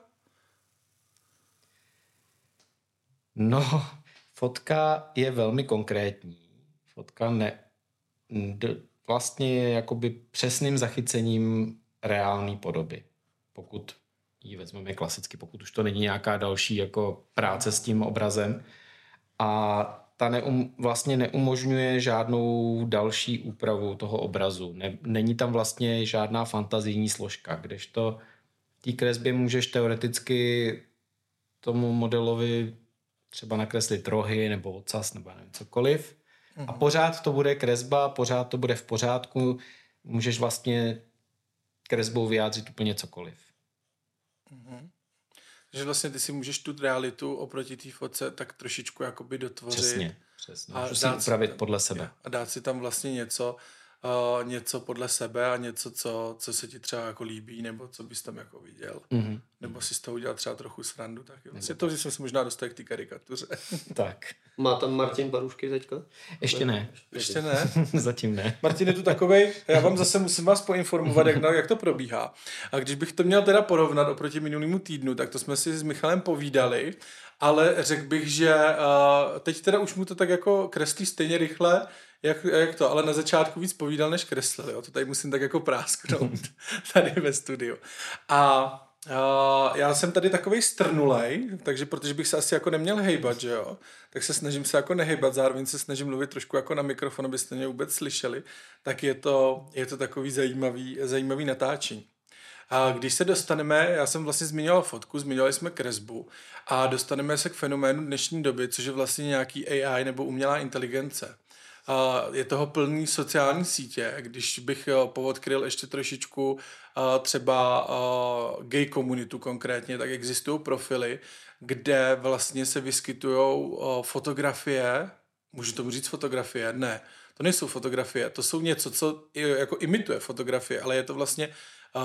No, fotka je velmi konkrétní. Fotka ne, d, vlastně je jakoby přesným zachycením reálné podoby. Pokud ji vezmeme klasicky, pokud už to není nějaká další jako práce s tím obrazem. A ta neum, vlastně neumožňuje žádnou další úpravu toho obrazu. Ne, není tam vlastně žádná fantazijní složka, kdežto v té kresbě můžeš teoreticky tomu modelovi třeba nakreslit rohy nebo ocas nebo nevím, cokoliv. Mm-hmm. A pořád to bude kresba, pořád to bude v pořádku. Můžeš vlastně kresbou vyjádřit úplně cokoliv. Mm-hmm. Takže vlastně ty si můžeš tu realitu oproti té fotce tak trošičku jakoby dotvořit. Přesně, přesně. A můžu si upravit podle sebe. A dát si tam vlastně něco, uh, něco podle sebe a něco, co, co se ti třeba jako líbí, nebo co bys tam jako viděl. Mm-hmm. Nebo si z toho udělal třeba trochu srandu. Tak jo. Vlastně to, že jsme se možná dostali k té karikatuře. Tak. Má tam Martin Parušky teďka? Ještě ne. Ještě ne? Zatím ne. Martin je tu takovej, já vám zase musím vás poinformovat, jak, jak to probíhá. A když bych to měl teda porovnat oproti minulému týdnu, tak to jsme si s Michalem povídali, ale řekl bych, že uh, teď teda už mu to tak jako kreslí stejně rychle, jak, jak to, ale na začátku víc povídal, než kreslil, jo? To tady musím tak jako prásknout tady ve studiu. A Uh, já jsem tady takovej strnulej, takže protože bych se asi jako neměl hejbat, že jo, tak se snažím se jako nehejbat, zároveň se snažím mluvit trošku jako na mikrofon, abyste mě vůbec slyšeli, tak je to, je to takový zajímavý, zajímavý natáčení. A když se dostaneme, já jsem vlastně zmiňoval fotku, zmiňovali jsme kresbu a dostaneme se k fenoménu dnešní doby, což je vlastně nějaký A I nebo umělá inteligence. Uh, je toho plný sociální sítě, když bych uh, poodkryl ještě trošičku uh, třeba uh, gay komunitu konkrétně, tak existují profily, kde vlastně se vyskytují uh, fotografie, můžu tomu říct fotografie? Ne, to nejsou fotografie, to jsou něco, co jako imituje fotografie, ale je to vlastně uh,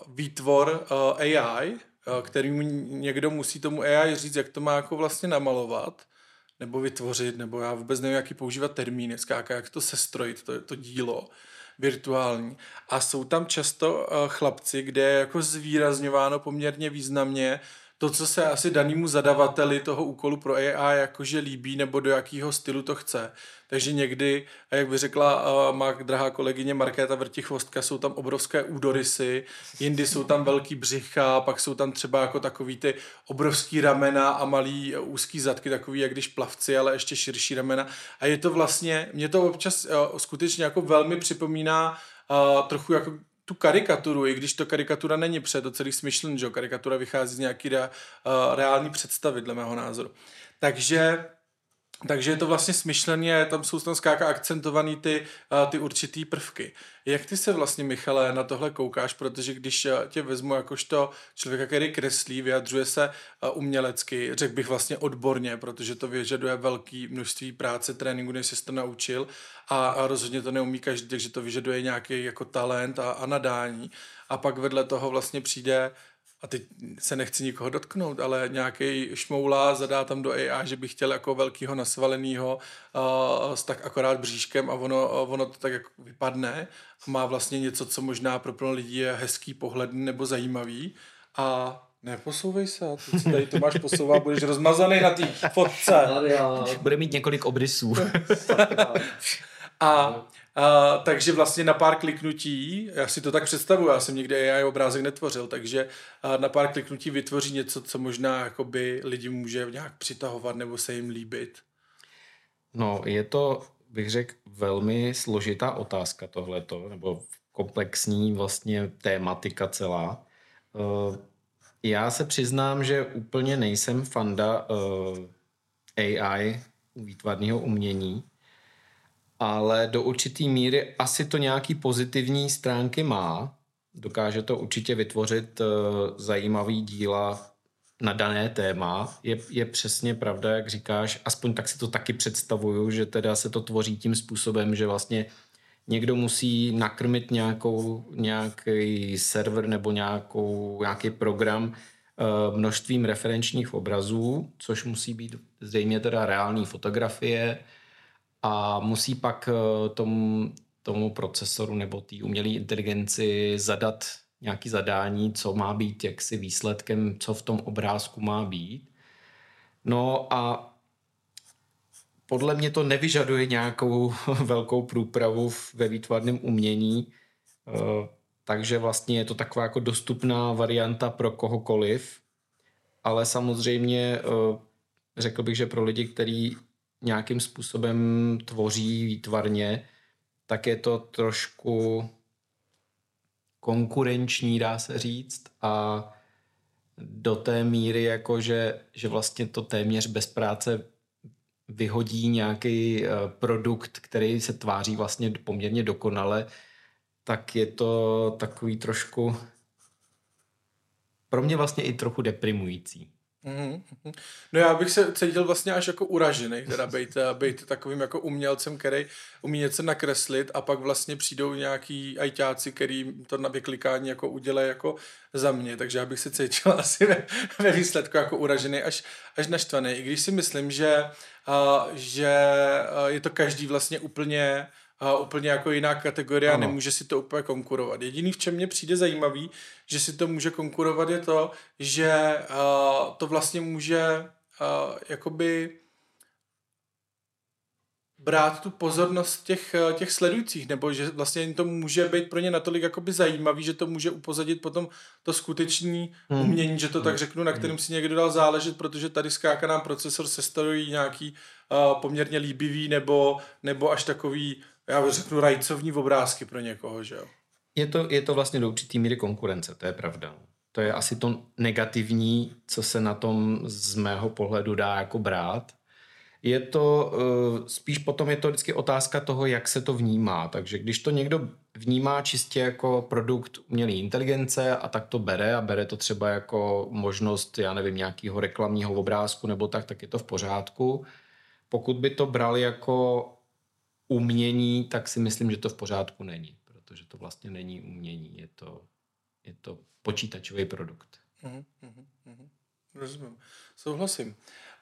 výtvor uh, A I, uh, který někdo musí tomu A I říct, jak to má jako vlastně namalovat, nebo vytvořit, nebo já vůbec nevím, jaký používat termíny, skáka, jak to sestrojit, to, to dílo virtuální. A jsou tam často uh, chlapci, kde je jako zvýrazňováno poměrně významně to, co se asi danému zadavateli toho úkolu pro A I jakože líbí, nebo do jakého stylu to chce. Takže někdy, jak by řekla uh, má drahá kolegyně Markéta Vrtichvostka, jsou tam obrovské údorysy, jindy jsou tam velký břicha, pak jsou tam třeba jako takový ty obrovský ramena a malý uh, úzký zadky, takový jak když plavci, ale ještě širší ramena. A je to vlastně, mě to občas uh, skutečně jako velmi připomíná uh, trochu jako tu karikaturu, i když to karikatura není před, to celý smyšlen, že karikatura vychází z nějaký re, uh, reální představy, dle mého názoru. Takže Takže je to vlastně smyšleně, tam jsou tam skáka akcentovaný ty, uh, ty určitý prvky. Jak ty se vlastně, Michale, na tohle koukáš, protože když tě vezmu jakožto člověka, který kreslí, vyjadřuje se uh, umělecky, řekl bych vlastně odborně, protože to vyžaduje velké množství práce, tréninku, než jsi to naučil a, a rozhodně to neumí každý, takže to vyžaduje nějaký jako talent a, a nadání. A pak vedle toho vlastně přijde, a teď se nechci nikoho dotknout, ale nějaký šmoula zadá tam do A I, že by chtěl jako velkýho nasvalenýho uh, s tak akorát bříškem a ono, ono to tak jako vypadne a má vlastně něco, co možná pro plno lidí je hezký, pohledný nebo zajímavý a neposouvej se, teď si tady Tomáš posouvá, budeš rozmazaný na té fotce. Bude mít několik obrysů. A Uh, takže vlastně na pár kliknutí, já si to tak představuji, já jsem nikdy A I obrázek netvořil, takže uh, na pár kliknutí vytvoří něco, co možná jakoby lidi může nějak přitahovat nebo se jim líbit. No, je to, bych řekl, velmi složitá otázka tohleto, nebo komplexní vlastně tématika celá. Uh, já se přiznám, že úplně nejsem fanda uh, A I, výtvarného umění, ale do určitý míry asi to nějaký pozitivní stránky má. Dokáže to určitě vytvořit uh, zajímavý díla na dané téma. Je, je přesně pravda, jak říkáš, aspoň tak si to taky představuju, že teda se to tvoří tím způsobem, že vlastně někdo musí nakrmit nějakou, nějaký server nebo nějakou, nějaký program uh, množstvím referenčních obrazů, což musí být zřejmě teda reální fotografie, a musí pak tomu, tomu procesoru nebo té umělé inteligenci zadat nějaké zadání, co má být jaksi výsledkem, co v tom obrázku má být. No a podle mě to nevyžaduje nějakou velkou průpravu ve výtvarném umění, takže vlastně je to taková jako dostupná varianta pro kohokoliv, ale samozřejmě řekl bych, že pro lidi, kteří nějakým způsobem tvoří výtvarně, tak je to trošku konkurenční, dá se říct, a do té míry, jako že, že vlastně to téměř bez práce vyhodí nějaký produkt, který se tváří vlastně poměrně dokonale, tak je to takový trošku pro mě vlastně i trochu deprimující. Mm-hmm. No já bych se cítil vlastně až jako uražený, teda bejt, bejt takovým jako umělcem, který umí něco nakreslit a pak vlastně přijdou nějaký ajťáci, který to na vyklikání jako udělají jako za mě, takže já bych se cítil asi ve, ve výsledku jako uražený až, až naštvaný, i když si myslím, že, uh, že uh, je to každý vlastně úplně a úplně jako jiná kategorie a nemůže si to úplně konkurovat. Jediný, v čem mě přijde zajímavý, že si to může konkurovat, je to, že uh, to vlastně může uh, jakoby brát tu pozornost těch, těch sledujících, nebo že vlastně to může být pro ně natolik jakoby zajímavý, že to může upozadit potom to skutečné hmm. umění, že to tak řeknu, na kterém si někdo dal záležet, protože tady skáka nám procesor sestavují nějaký uh, poměrně líbivý nebo, nebo až takový, já řeknu, rajcovní obrázky pro někoho, že jo. Je to, je to vlastně do určitý míry konkurence, to je pravda. To je asi to negativní, co se na tom z mého pohledu dá jako brát. Je to, spíš potom je to vždycky otázka toho, jak se to vnímá. Takže když to někdo vnímá čistě jako produkt umělé inteligence a tak to bere a bere to třeba jako možnost, já nevím, nějakého reklamního obrázku nebo tak, tak je to v pořádku. Pokud by to brali jako umění, tak si myslím, že to v pořádku není, protože to vlastně není umění, je to, je to počítačový produkt. Uhum, uhum, uhum. Rozumím. Souhlasím.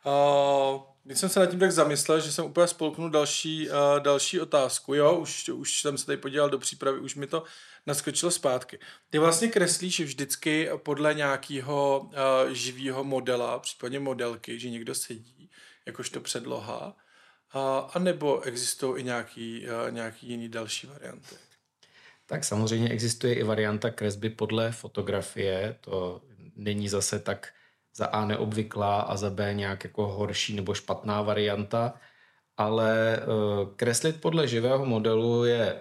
Uh, když jsem se nad tím tak zamyslel, že jsem úplně spolknul další, uh, další otázku. Jo, už, už jsem se tady podíval do přípravy, už mi to naskočilo zpátky. Ty vlastně kreslíš vždycky podle nějakého uh, živého modela, případně modelky, že někdo sedí, jakožto předloha, uh, anebo existují i nějaký, uh, nějaký jiný další varianty? Tak samozřejmě existuje i varianta kresby podle fotografie, to není zase tak za A neobvyklá a za B nějak jako horší nebo špatná varianta, ale kreslit podle živého modelu je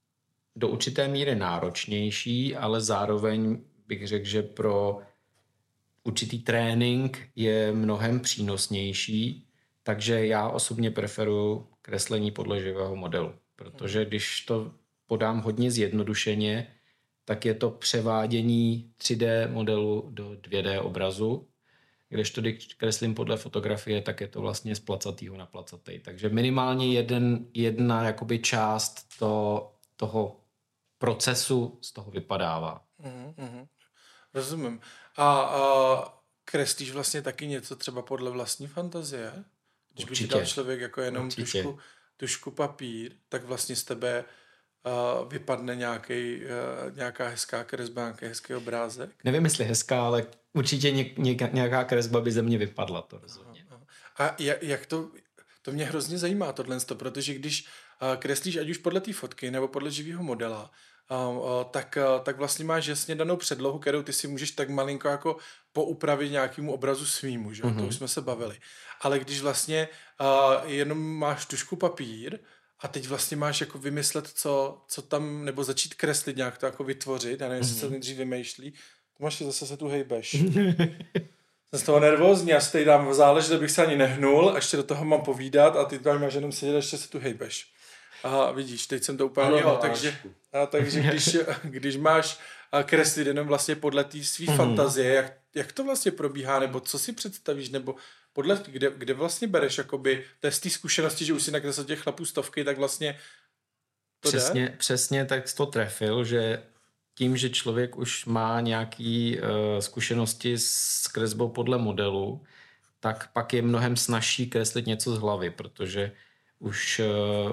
do určité míry náročnější, ale zároveň bych řekl, že pro určitý trénink je mnohem přínosnější, takže já osobně preferuji kreslení podle živého modelu, protože když to podám hodně zjednodušeně, tak je to převádění tři dé modelu do dvě dé obrazu. Kdežto když kreslím podle fotografie, tak je to vlastně z placatýho na placatej. Takže minimálně jeden, jedna jakoby část to, toho procesu z toho vypadává. Mm-hmm. Rozumím. A, a kreslíš vlastně taky něco třeba podle vlastní fantazie? Když by ti dal člověk jako jenom tušku, tušku papír, tak vlastně z tebe Uh, vypadne nějaký, uh, nějaká hezká kresba, nějaký hezký obrázek? Nevím, jestli hezká, ale určitě ně, ně, nějaká kresba by ze mě vypadla, to rozhodně. Aha, aha. A jak, jak to, to mě hrozně zajímá tohle, protože když uh, kreslíš ať už podle té fotky nebo podle živého modela, uh, uh, tak, uh, tak vlastně máš jasně danou předlohu, kterou ty si můžeš tak malinko jako poupravit nějakému obrazu svýmu, že? Mm-hmm. To už jsme se bavili. Ale když vlastně uh, jenom máš tušku papír, a teď vlastně máš jako vymyslet, co, co tam, nebo začít kreslit, nějak to jako vytvořit. Já nevím, jestli mm-hmm. se nejdřív vymýšlí. To máš zase se tu hejbeš. Jsem z toho nervózní, já si tady dám záležet, abych se ani nehnul, a ještě do toho mám povídat a ty tam máš jenom sedět a ještě se tu hejbeš. A vidíš, teď jsem to úplně... Ano, jo, takže, a, takže když, když máš kreslit jenom vlastně podle té svý mm-hmm. fantazie, jak, jak to vlastně probíhá, nebo co si představíš, nebo podle, kde, kde vlastně bereš jakoby, to je z té zkušenosti, že už si nakreslil těch chlapů stovky, tak vlastně to přesně, jde? Přesně tak jsi to trefil, že tím, že člověk už má nějaké uh, zkušenosti s kresbou podle modelu, tak pak je mnohem snazší kreslit něco z hlavy, protože už uh,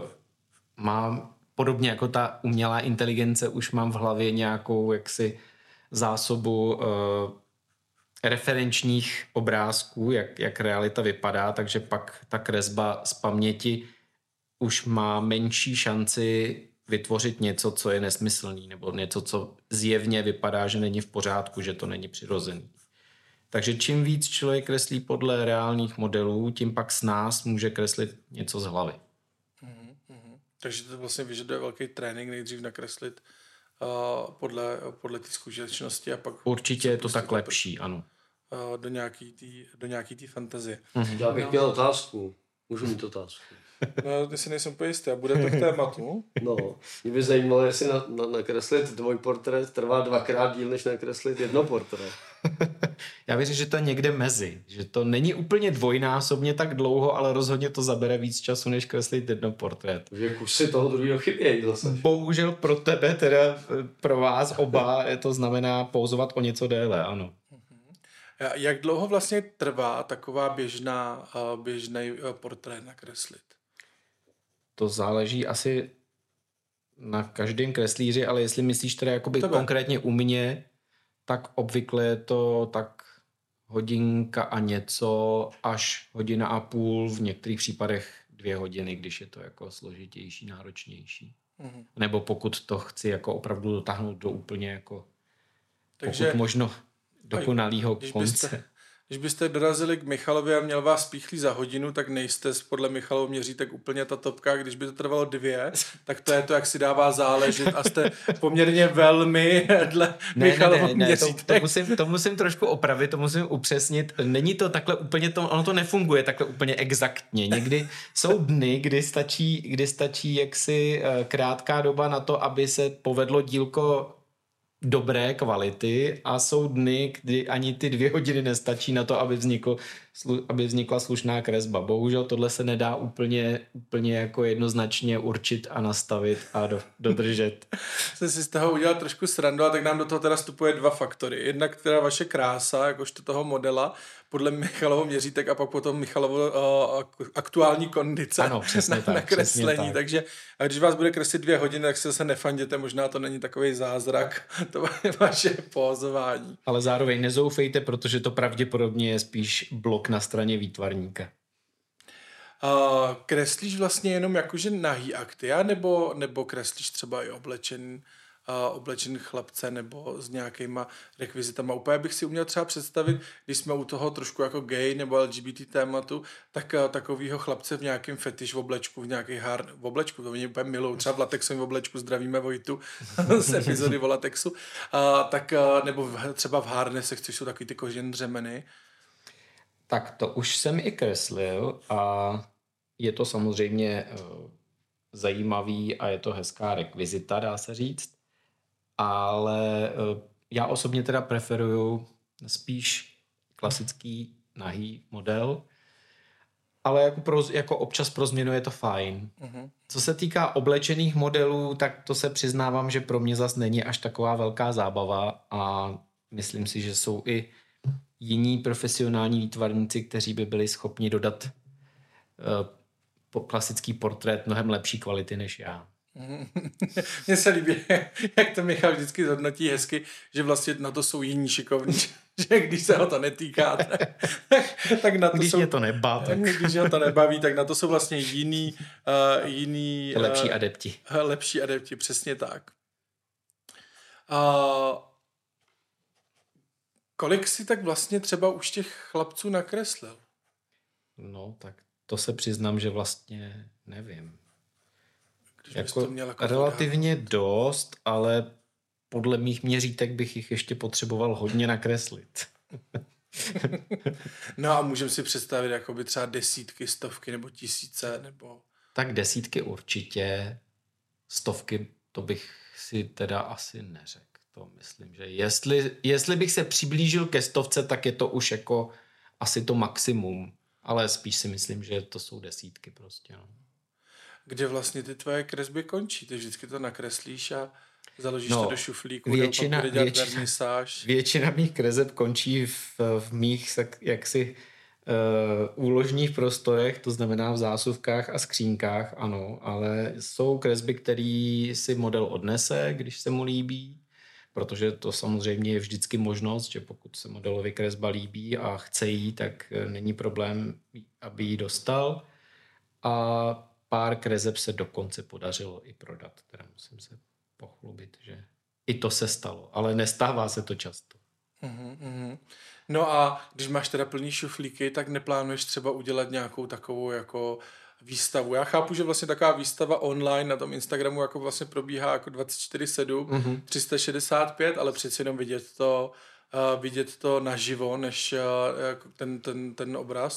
mám, podobně jako ta umělá inteligence, už mám v hlavě nějakou jaksi zásobu uh, referenčních obrázků, jak, jak realita vypadá, takže pak ta kresba z paměti už má menší šanci vytvořit něco, co je nesmyslný, nebo něco, co zjevně vypadá, že není v pořádku, že to není přirozený. Takže čím víc člověk kreslí podle reálných modelů, tím pak s nás může kreslit něco z hlavy. Mm, mm. Takže to vlastně vyžaduje velký trénink, nejdřív nakreslit uh, podle, podle té zkušenosti a pak... Určitě je to tak lepší, ano. Uh, do nějaký té do nějaký tý fantazie. Mm-hmm. Já bych měl otázku. Můžu mít otázku. No, ty si nejsem úplně jistý. A bude to k tématu? No, mě by zajímalo, jestli na, na, nakreslit dvojportrét trvá dvakrát díl, než nakreslit jedno portrét. Já věřím, že to je někde mezi. Že to není úplně dvojnásobně tak dlouho, ale rozhodně to zabere víc času, než kreslit jedno portrét. Takže kusy toho druhého chybějí zase. Bohužel pro tebe, teda pro vás oba, to znamená pouzovat o něco déle, ano. Jak dlouho vlastně trvá taková běžná, běžný portrét nakreslit? To záleží asi na každém kreslíři, ale jestli myslíš teda jakoby konkrétně u mě, tak obvykle je to tak hodinka a něco až hodina a půl, v některých případech dvě hodiny, když je to jako složitější, náročnější. Mm-hmm. Nebo pokud to chci jako opravdu dotáhnout do úplně jako Takže, pokud možno dokonalýho konce. Byste, když byste dorazili k Michalovi a měl vás píchlí za hodinu, tak nejste podle Michalova měřítek úplně ta topka. Když by to trvalo dvě, tak to je to, jak si dává záležet a jste poměrně velmi dle ne, Michalova ne, ne, měřítek. To, to, musím, to musím trošku opravit, to musím upřesnit. Není to takhle úplně, to, ono to nefunguje takhle úplně exaktně. Někdy jsou dny, kdy stačí, kdy stačí jaksi krátká doba na to, aby se povedlo dílko dobré kvality a jsou dny, kdy ani ty dvě hodiny nestačí na to, aby, vznikl, aby vznikla slušná kresba. Bohužel tohle se nedá úplně, úplně jako jednoznačně určit a nastavit a do, dodržet. Jsem si z toho udělal trošku srandu a tak nám do toho teda vstupuje dva faktory. Jednak teda vaše krása, jakožto toho modela, podle Michalovo měřítek a pak potom Michalovo uh, aktuální kondice ano, přesně na, tak, na kreslení. Přesně tak. Takže a když vás bude kreslit dvě hodiny, tak se zase nefanděte, možná to není takový zázrak, to je vaše pózování. Ale zároveň nezoufejte, protože to pravděpodobně je spíš blok na straně výtvarníka. Uh, kreslíš vlastně jenom jakože nahý akty, nebo, nebo kreslíš třeba i oblečen, uh, oblečen chlapce nebo s nějakýma rekvizitama. Úplně bych si uměl třeba představit, když jsme u toho trošku jako gay nebo L G B T tématu, tak uh, takovýho chlapce v nějakém fetiš v oblečku, v nějaký hár v oblečku, to mě úplně milou, třeba v latexovém oblečku, zdravíme Vojtu z epizody o latexu, uh, tak, uh, nebo v, třeba v harnesech, což jsou takový ty kožené dřemeny. Tak to už jsem i kreslil a je to samozřejmě uh, zajímavý a je to hezká rekvizita, dá se říct. Ale uh, já osobně teda preferuju spíš klasický nahý model, ale jako, pro, jako občas pro změnu je to fajn. Uh-huh. Co se týká oblečených modelů, tak to se přiznávám, že pro mě zas není až taková velká zábava a myslím si, že jsou i jiní profesionální výtvarníci, kteří by byli schopni dodat uh, klasický portrét mnohem lepší kvality než já. Mně se líbí, jak to Michal vždycky zhodnotí hezky, že vlastně na to jsou jiní šikovní, že když se ho to netýká, tak, tak na to když jsou... mě to nebá, tak... Když ho to nebaví, tak na to jsou vlastně jiný... Uh, jiný lepší uh, adepti. Lepší adepti, přesně tak. Uh, kolik si tak vlastně třeba už těch chlapců nakreslil? No, tak to se přiznám, že vlastně nevím. Jako, jako relativně podávat. Dost, ale podle mých měřítek bych jich ještě potřeboval hodně nakreslit. No a můžeme si představit jakoby třeba desítky, stovky nebo tisíce, nebo... Tak desítky určitě, stovky to bych si teda asi neřekl. To myslím, že jestli, jestli bych se přiblížil ke stovce, tak je to už jako asi to maximum, ale spíš si myslím, že to jsou desítky prostě, no. Kde vlastně ty tvoje kresby končí? Ty vždycky to nakreslíš a založíš no, to do šuflíku, většina, bude dělat většina, vernisáž. Většina mých kreseb končí v, v mých jaksi uh, úložních prostorech, to znamená v zásuvkách a skřínkách, ano, ale jsou kresby, který si model odnese, když se mu líbí, protože to samozřejmě je vždycky možnost, že pokud se modelovi kresba líbí a chce jí, tak není problém, aby ji dostal. A pár kreseb se dokonce podařilo i prodat. Teda musím se pochlubit, že i to se stalo, ale nestává se to často. Uhum, uhum. No a když máš teda plný šuflíky, tak neplánuješ třeba udělat nějakou takovou jako výstavu. Já chápu, že vlastně taková výstava online na tom Instagramu jako vlastně probíhá jako dvacet čtyři sedm, mm-hmm. tři sta šedesát pět, ale přeci jenom vidět to, uh, vidět to naživo, než uh, ten, ten, ten obraz.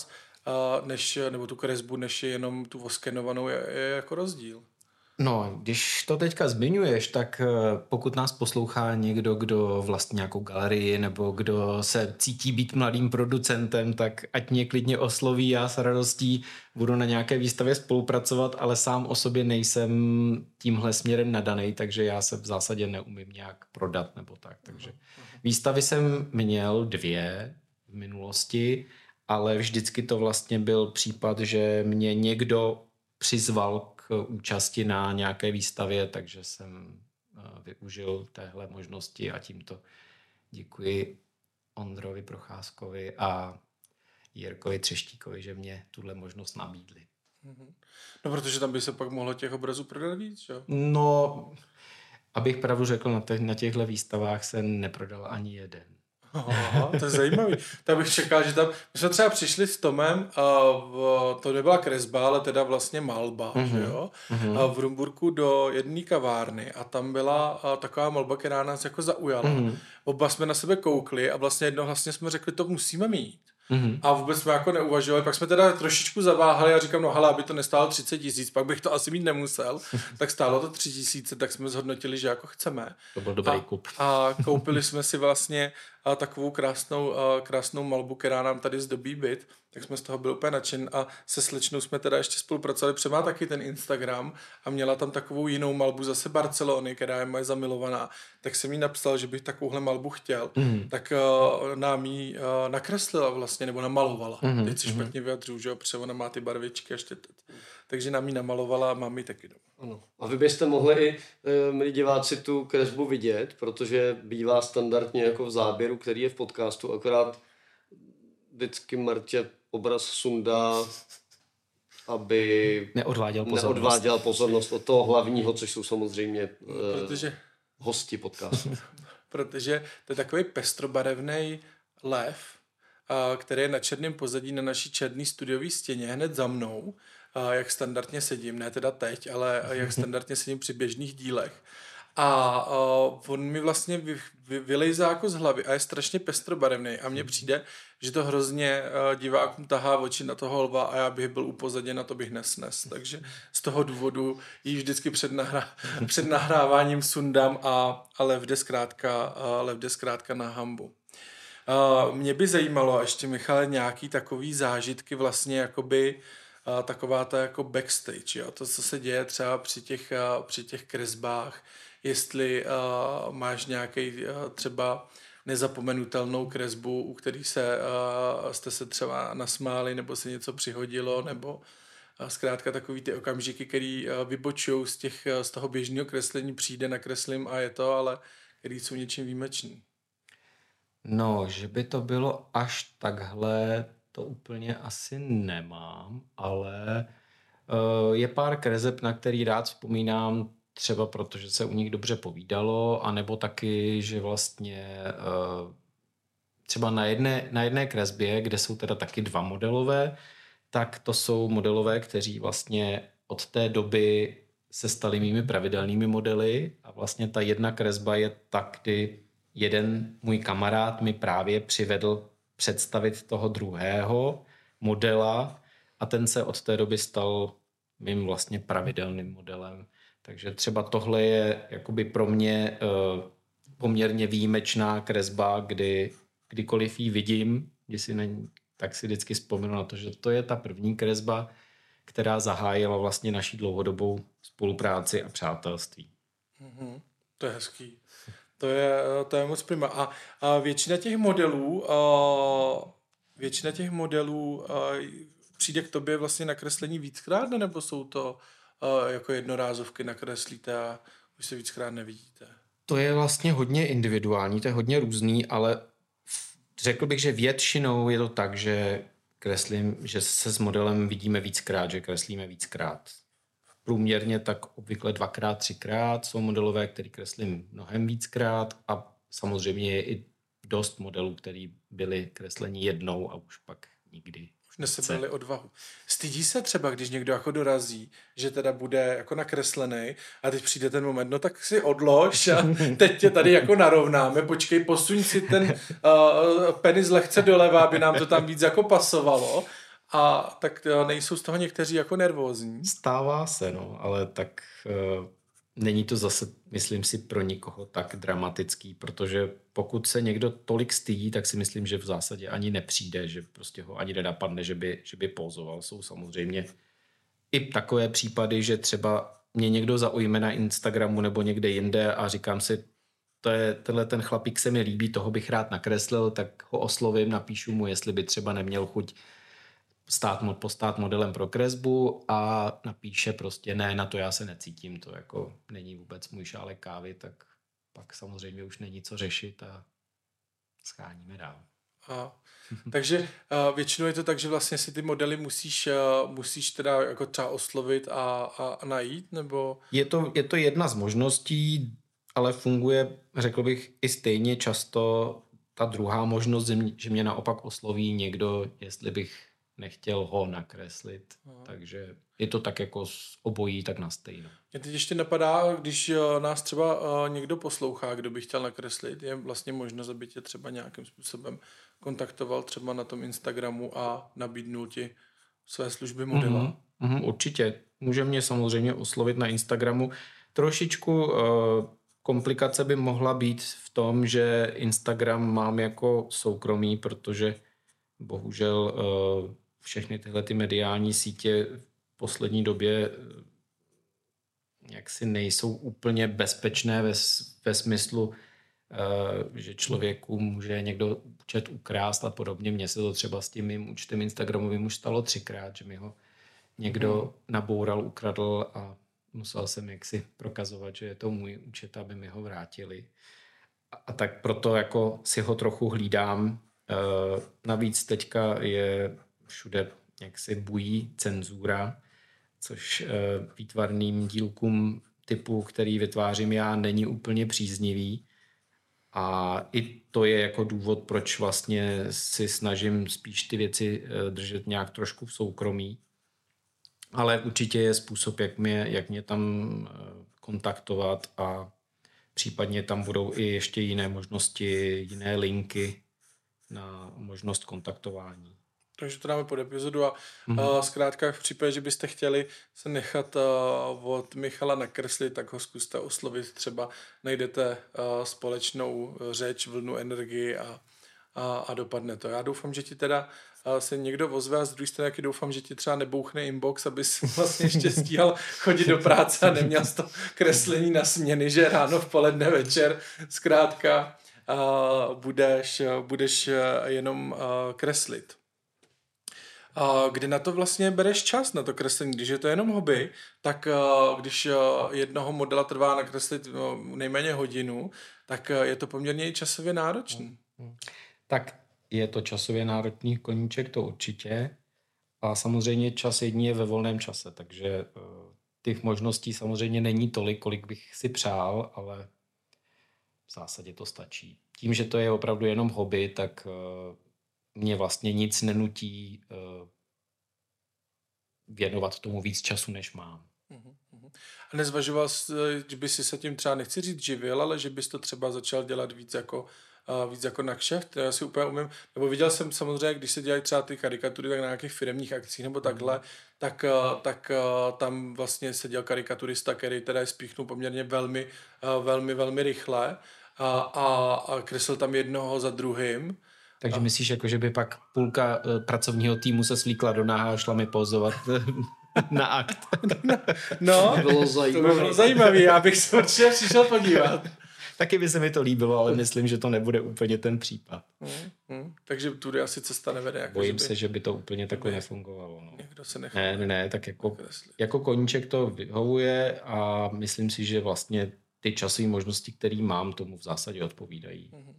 než, nebo tu kresbu, než je jenom tu oskenovanou, je, je jako rozdíl. No, když to teďka zmiňuješ, tak pokud nás poslouchá někdo, kdo vlastní nějakou galerii nebo kdo se cítí být mladým producentem, tak ať mě klidně osloví, já s radostí budu na nějaké výstavě spolupracovat, ale sám o sobě nejsem tímhle směrem nadanej, takže já se v zásadě neumím nějak prodat nebo tak. Takže výstavy jsem měl dvě v minulosti, ale vždycky to vlastně byl případ, že mě někdo přizval k účasti na nějaké výstavě, takže jsem využil téhle možnosti a tímto děkuji Ondrovi Procházkovi a Jirkovi Třeštíkovi, že mě tuhle možnost nabídli. No, protože tam by se pak mohlo těch obrazů prodat víc, jo? No, abych pravdu řekl, na, těch, na těchto výstavách se neprodal ani jeden. Aha, to je zajímavý. Tak bych čekal, že tam... My jsme třeba přišli s Tomem, a v, to nebyla kresba, ale teda vlastně malba, mm-hmm. že jo? Mm-hmm. A v Rumburku do jedné kavárny a tam byla a, taková malba, která nás jako zaujala. Mm-hmm. Oba jsme na sebe koukli a vlastně jednohlasně jsme řekli, to musíme mít. Mm-hmm. A vůbec jsme jako neuvažovali, pak jsme teda trošičku zaváhali a říkám, no hele, aby to nestálo třicet tisíc, pak bych to asi mít nemusel, tak stálo to tři tisíce, tak jsme zhodnotili, že jako chceme. To byl dobrý a, kup. A koupili jsme si vlastně a, takovou krásnou, a, krásnou malbu, která nám tady zdobí byt, tak jsme z toho byli úplně nadšen a se slečnou jsme teda ještě spolupracovali, protože má taky ten Instagram a měla tam takovou jinou malbu zase Barcelony, která je moje zamilovaná, tak jsem jí napsal, že bych takovouhle malbu chtěl, mm. tak uh, nám ji uh, nakreslila vlastně, nebo namalovala. Mm. Teď si špatně vyjadřuju, že jo, protože ona má ty barvičky ještě teď. Takže nám ji namalovala a mám ji taky doma. Ano. A vy byste mohli i, milí diváci, tu kresbu vidět, protože bývá standardně jako v záběru, který je v podcastu, akorát vždycky Martě obraz sundá, aby neodváděl pozornost. neodváděl pozornost od toho hlavního, což jsou samozřejmě protože, uh, hosti podcastu. Protože to je takový pestrobarevný lev, uh, který je na černém pozadí na naší černé studiové stěně hned za mnou, uh, jak standardně sedím, ne teda teď, ale jak standardně sedím při běžných dílech. A uh, on mi vlastně vy, vy, vylejzá jako z hlavy a je strašně pestrobarevný a mně přijde, že to hrozně uh, divákům tahá oči na toho lva a já bych byl upozaděn, na to bych nesnes. Takže z toho důvodu ji vždycky před, nahra, před nahráváním sundám a, a lev jde zkrátka, uh, lev jde zkrátka na hambu. Uh, mě by zajímalo ještě, Michale, nějaký takový zážitky vlastně jakoby uh, taková ta jako backstage, jo? To, co se děje třeba při těch, uh, při těch kresbách, jestli uh, máš nějaký uh, třeba nezapomenutelnou kresbu, u který se, uh, jste se třeba nasmáli, nebo se něco přihodilo, nebo uh, zkrátka takový ty okamžiky, který uh, vybočujou z, těch, uh, z toho běžného kreslení, přijde, nakreslím a je to, ale který jsou něčím výjimečný. No, že by to bylo až takhle, to úplně asi nemám, ale uh, je pár kreseb, na který rád vzpomínám, třeba protože se u nich dobře povídalo, anebo taky, že vlastně uh, třeba na jedné, na jedné kresbě, kde jsou teda taky dva modelové, tak to jsou modelové, kteří vlastně od té doby se stali mými pravidelnými modely a vlastně ta jedna kresba je tak, kdy jeden můj kamarád mi právě přivedl představit toho druhého modela a ten se od té doby stal mým vlastně pravidelným modelem. Takže třeba tohle je jakoby pro mě uh, poměrně výjimečná kresba, kdy kdykoliv ji vidím, když si není, tak si vždycky vzpomenu na to, že to je ta první kresba, která zahájila vlastně naší dlouhodobou spolupráci a přátelství. Mm-hmm. To je hezký. To je, to je moc prima. A, a většina těch modelů a, většina těch modelů a, přijde k tobě vlastně nakreslení víckrát, nebo jsou to a, jako jednorázovky nakreslíte a už se víckrát nevidíte? To je vlastně hodně individuální, to je hodně různý, ale řekl bych, že většinou je to tak, že kreslím, že se s modelem vidíme víckrát, že kreslíme víckrát. Průměrně tak obvykle dvakrát, třikrát jsou modelové, který kreslím mnohem víckrát a samozřejmě je i dost modelů, který byly kresleni jednou a už pak nikdy. Už nesebrali odvahu. Stydí se třeba, když někdo jako dorazí, že teda bude jako nakreslený a teď přijde ten moment, no tak si odlož a teď tě tady jako narovnáme, počkej, posuň si ten uh, penis lehce doleva, aby nám to tam víc jako pasovalo. a tak nejsou z toho někteří jako nervózní? Stává se, no, ale tak uh, není to zase, myslím si, pro nikoho tak dramatický, protože pokud se někdo tolik stydí, tak si myslím, že v zásadě ani nepřijde, že prostě ho ani nenapadne, že by, že by pózoval. Jsou samozřejmě i takové případy, že třeba mě někdo zaujme na Instagramu nebo někde jinde a říkám si, to je, tenhle ten chlapík se mi líbí, toho bych rád nakreslil, tak ho oslovím, napíšu mu, jestli by třeba neměl chuť stát, postát modelem pro kresbu a napíše prostě ne, na to já se necítím, to jako není vůbec můj šálek kávy, tak pak samozřejmě už není co řešit a scháníme dál. A, takže a většinou je to tak, že vlastně si ty modely musíš, musíš teda jako třeba oslovit a, a, a najít, nebo? Je to, je to jedna z možností, ale funguje, řekl bych, i stejně často ta druhá možnost, že mě naopak osloví někdo, jestli bych nechtěl ho nakreslit. Aha. Takže je to tak jako z obojí tak na stejno. Mě teď ještě napadá, když nás třeba někdo poslouchá, kdo by chtěl nakreslit, je vlastně možnost, aby tě třeba nějakým způsobem kontaktoval třeba na tom Instagramu a nabídnul ti své služby modela. Mm-hmm, mm-hmm, určitě. Může mě samozřejmě oslovit na Instagramu. Trošičku uh, komplikace by mohla být v tom, že Instagram mám jako soukromý, protože bohužel uh, všechny tyhle ty mediální sítě v poslední době jaksi nejsou úplně bezpečné ve, ve smyslu, uh, že člověku může někdo účet ukrást a podobně. Mně se to třeba s tím mým účtem Instagramovým už stalo třikrát, že mi ho někdo hmm. naboural, ukradl a musel jsem jaksi prokazovat, že je to můj účet, aby mi ho vrátili. A, a tak proto jako si ho trochu hlídám. Uh, navíc teďka je všude jaksi bují cenzura, což uh, výtvarným dílkům typu, který vytvářím já, není úplně příznivý. A i to je jako důvod, proč vlastně si snažím spíš ty věci uh, držet nějak trošku v soukromí. Ale určitě je způsob, jak mě, jak mě tam uh, kontaktovat a případně tam budou i ještě jiné možnosti, jiné linky na možnost kontaktování. Takže to dáme pod epizodu a mm-hmm. uh, zkrátka v případě, že byste chtěli se nechat uh, od Michala nakreslit, tak ho zkuste oslovit, třeba najdete uh, společnou řeč, vlnu, energii a, a, a dopadne to. Já doufám, že ti teda uh, se někdo ozve a z druhé strany taky doufám, že ti třeba nebouchne inbox, abys vlastně ještě stíhal chodit do práce a neměl to kreslení na směny, že ráno, v poledne, večer, zkrátka uh, budeš, budeš jenom uh, kreslit. Uh, kdy na to vlastně bereš čas, na to kreslení? Když je to jenom hobby, tak uh, když uh, jednoho modela trvá nakreslit uh, nejméně hodinu, tak uh, je to poměrně i časově náročný. Tak je to časově náročný koníček, to určitě. A samozřejmě čas jediný je ve volném čase, takže uh, těch možností samozřejmě není tolik, kolik bych si přál, ale v zásadě to stačí. Tím, že to je opravdu jenom hobby, tak uh, mě vlastně nic nenutí uh, věnovat tomu víc času, než mám. Uh-huh. A nezvažoval jsi, že by si se tím třeba, nechci říct živil, ale že bys to třeba začal dělat víc jako, uh, víc jako na kšeft? Já si úplně umím, nebo viděl jsem samozřejmě, když se dělají třeba ty karikatury tak na nějakých firemních akcích nebo takhle, uh-huh. tak, uh, tak uh, tam vlastně seděl karikaturista, který teda je spíchnul poměrně velmi, uh, velmi, velmi rychle a, a, a kreslil tam jednoho za druhým. Takže a... myslíš, jako, že by pak půlka uh, pracovního týmu se slíkla do náha a šla mi pozovat na akt? No, to by bylo zajímavé. To by bylo zajímavé, já bych se určitě přišel podívat. Taky by se mi to líbilo, ale myslím, že to nebude úplně ten případ. Hmm, hmm. Takže tudy asi cesta nevede. Jako, Bojím že by... se, že by to úplně takhle nefungovalo. No. Někdo se nechal. Ne, ne, ne, tak jako, jako koníček to vyhovuje a myslím si, že vlastně ty časové možnosti, které mám, tomu v zásadě odpovídají. Hmm.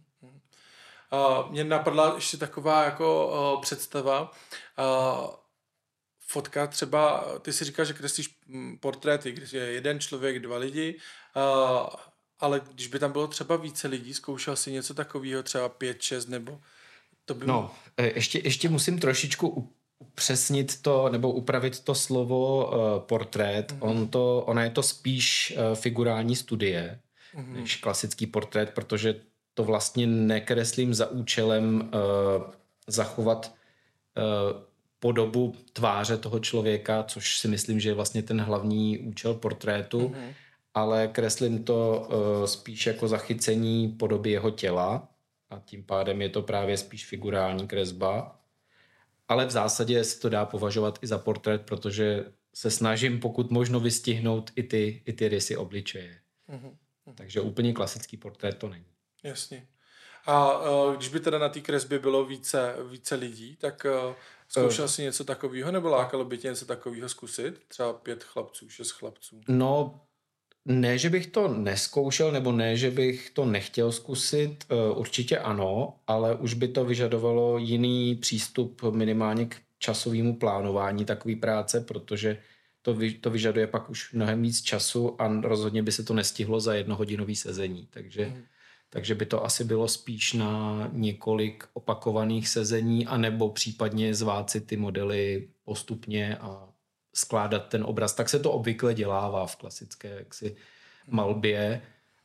Uh, mě napadla ještě taková jako uh, představa. Uh, fotka třeba, ty si říkáš, že kreslíš portréty, když je jeden člověk, dva lidi, uh, ale když by tam bylo třeba více lidí, zkoušel si něco takového, třeba pět, šest, nebo to by... No, ještě, ještě musím trošičku upřesnit to, nebo upravit to slovo uh, portrét. Mm-hmm. On to, ona je to spíš uh, figurální studie, mm-hmm. než klasický portrét, protože to vlastně nekreslím za účelem uh, zachovat uh, podobu tváře toho člověka, což si myslím, že je vlastně ten hlavní účel portrétu, mm-hmm. ale kreslím to uh, spíš jako zachycení podoby jeho těla a tím pádem je to právě spíš figurální kresba. Ale v zásadě se to dá považovat i za portrét, protože se snažím pokud možno vystihnout i ty, i ty rysy obličeje. Mm-hmm. Takže úplně klasický portrét to není. Jasně. A uh, když by teda na té kresbě bylo více, více lidí, tak uh, zkoušel jsi něco takového, nebo lákalo by tě něco takového zkusit? Třeba pět chlapců, šest chlapců? No, ne, že bych to neskoušel, nebo ne, že bych to nechtěl zkusit, uh, určitě ano, ale už by to vyžadovalo jiný přístup minimálně k časovému plánování takové práce, protože to, vy, to vyžaduje pak už mnohem víc času a rozhodně by se to nestihlo za jednohodinový sezení, takže... Mm. Takže by to asi bylo spíš na několik opakovaných sezení anebo případně zvát si ty modely postupně a skládat ten obraz. Tak se to obvykle dělává v klasické jaksi malbě.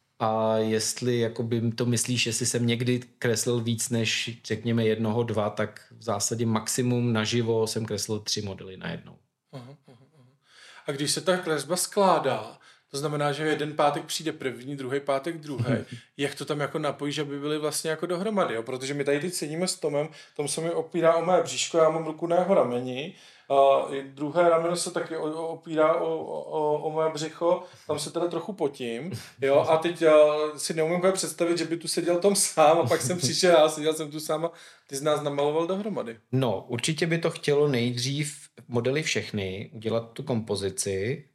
A jestli jakoby to myslíš, jestli jsem někdy kreslil víc než řekněme jednoho, dva, tak v zásadě maximum naživo jsem kreslil tři modely najednou. Aha, aha, aha. A když se ta kresba skládá, to znamená, že jeden pátek přijde první, druhý pátek druhý. Jak to tam jako napojíš, aby byly vlastně jako dohromady, jo? Protože my tady teď sedíme s Tomem, Tom se mi opírá o mé bříško, já mám ruku na jeho rameni, a druhé rameno se taky opírá o, o, o moje břicho, tam se teda trochu potím, jo, a teď si neumím představit, že by tu seděl Tom sám a pak jsem přišel, já seděl jsem tu sám a ty z nás namaloval dohromady. No, určitě by to chtělo nejdřív modely všechny, udělat tu kompozici,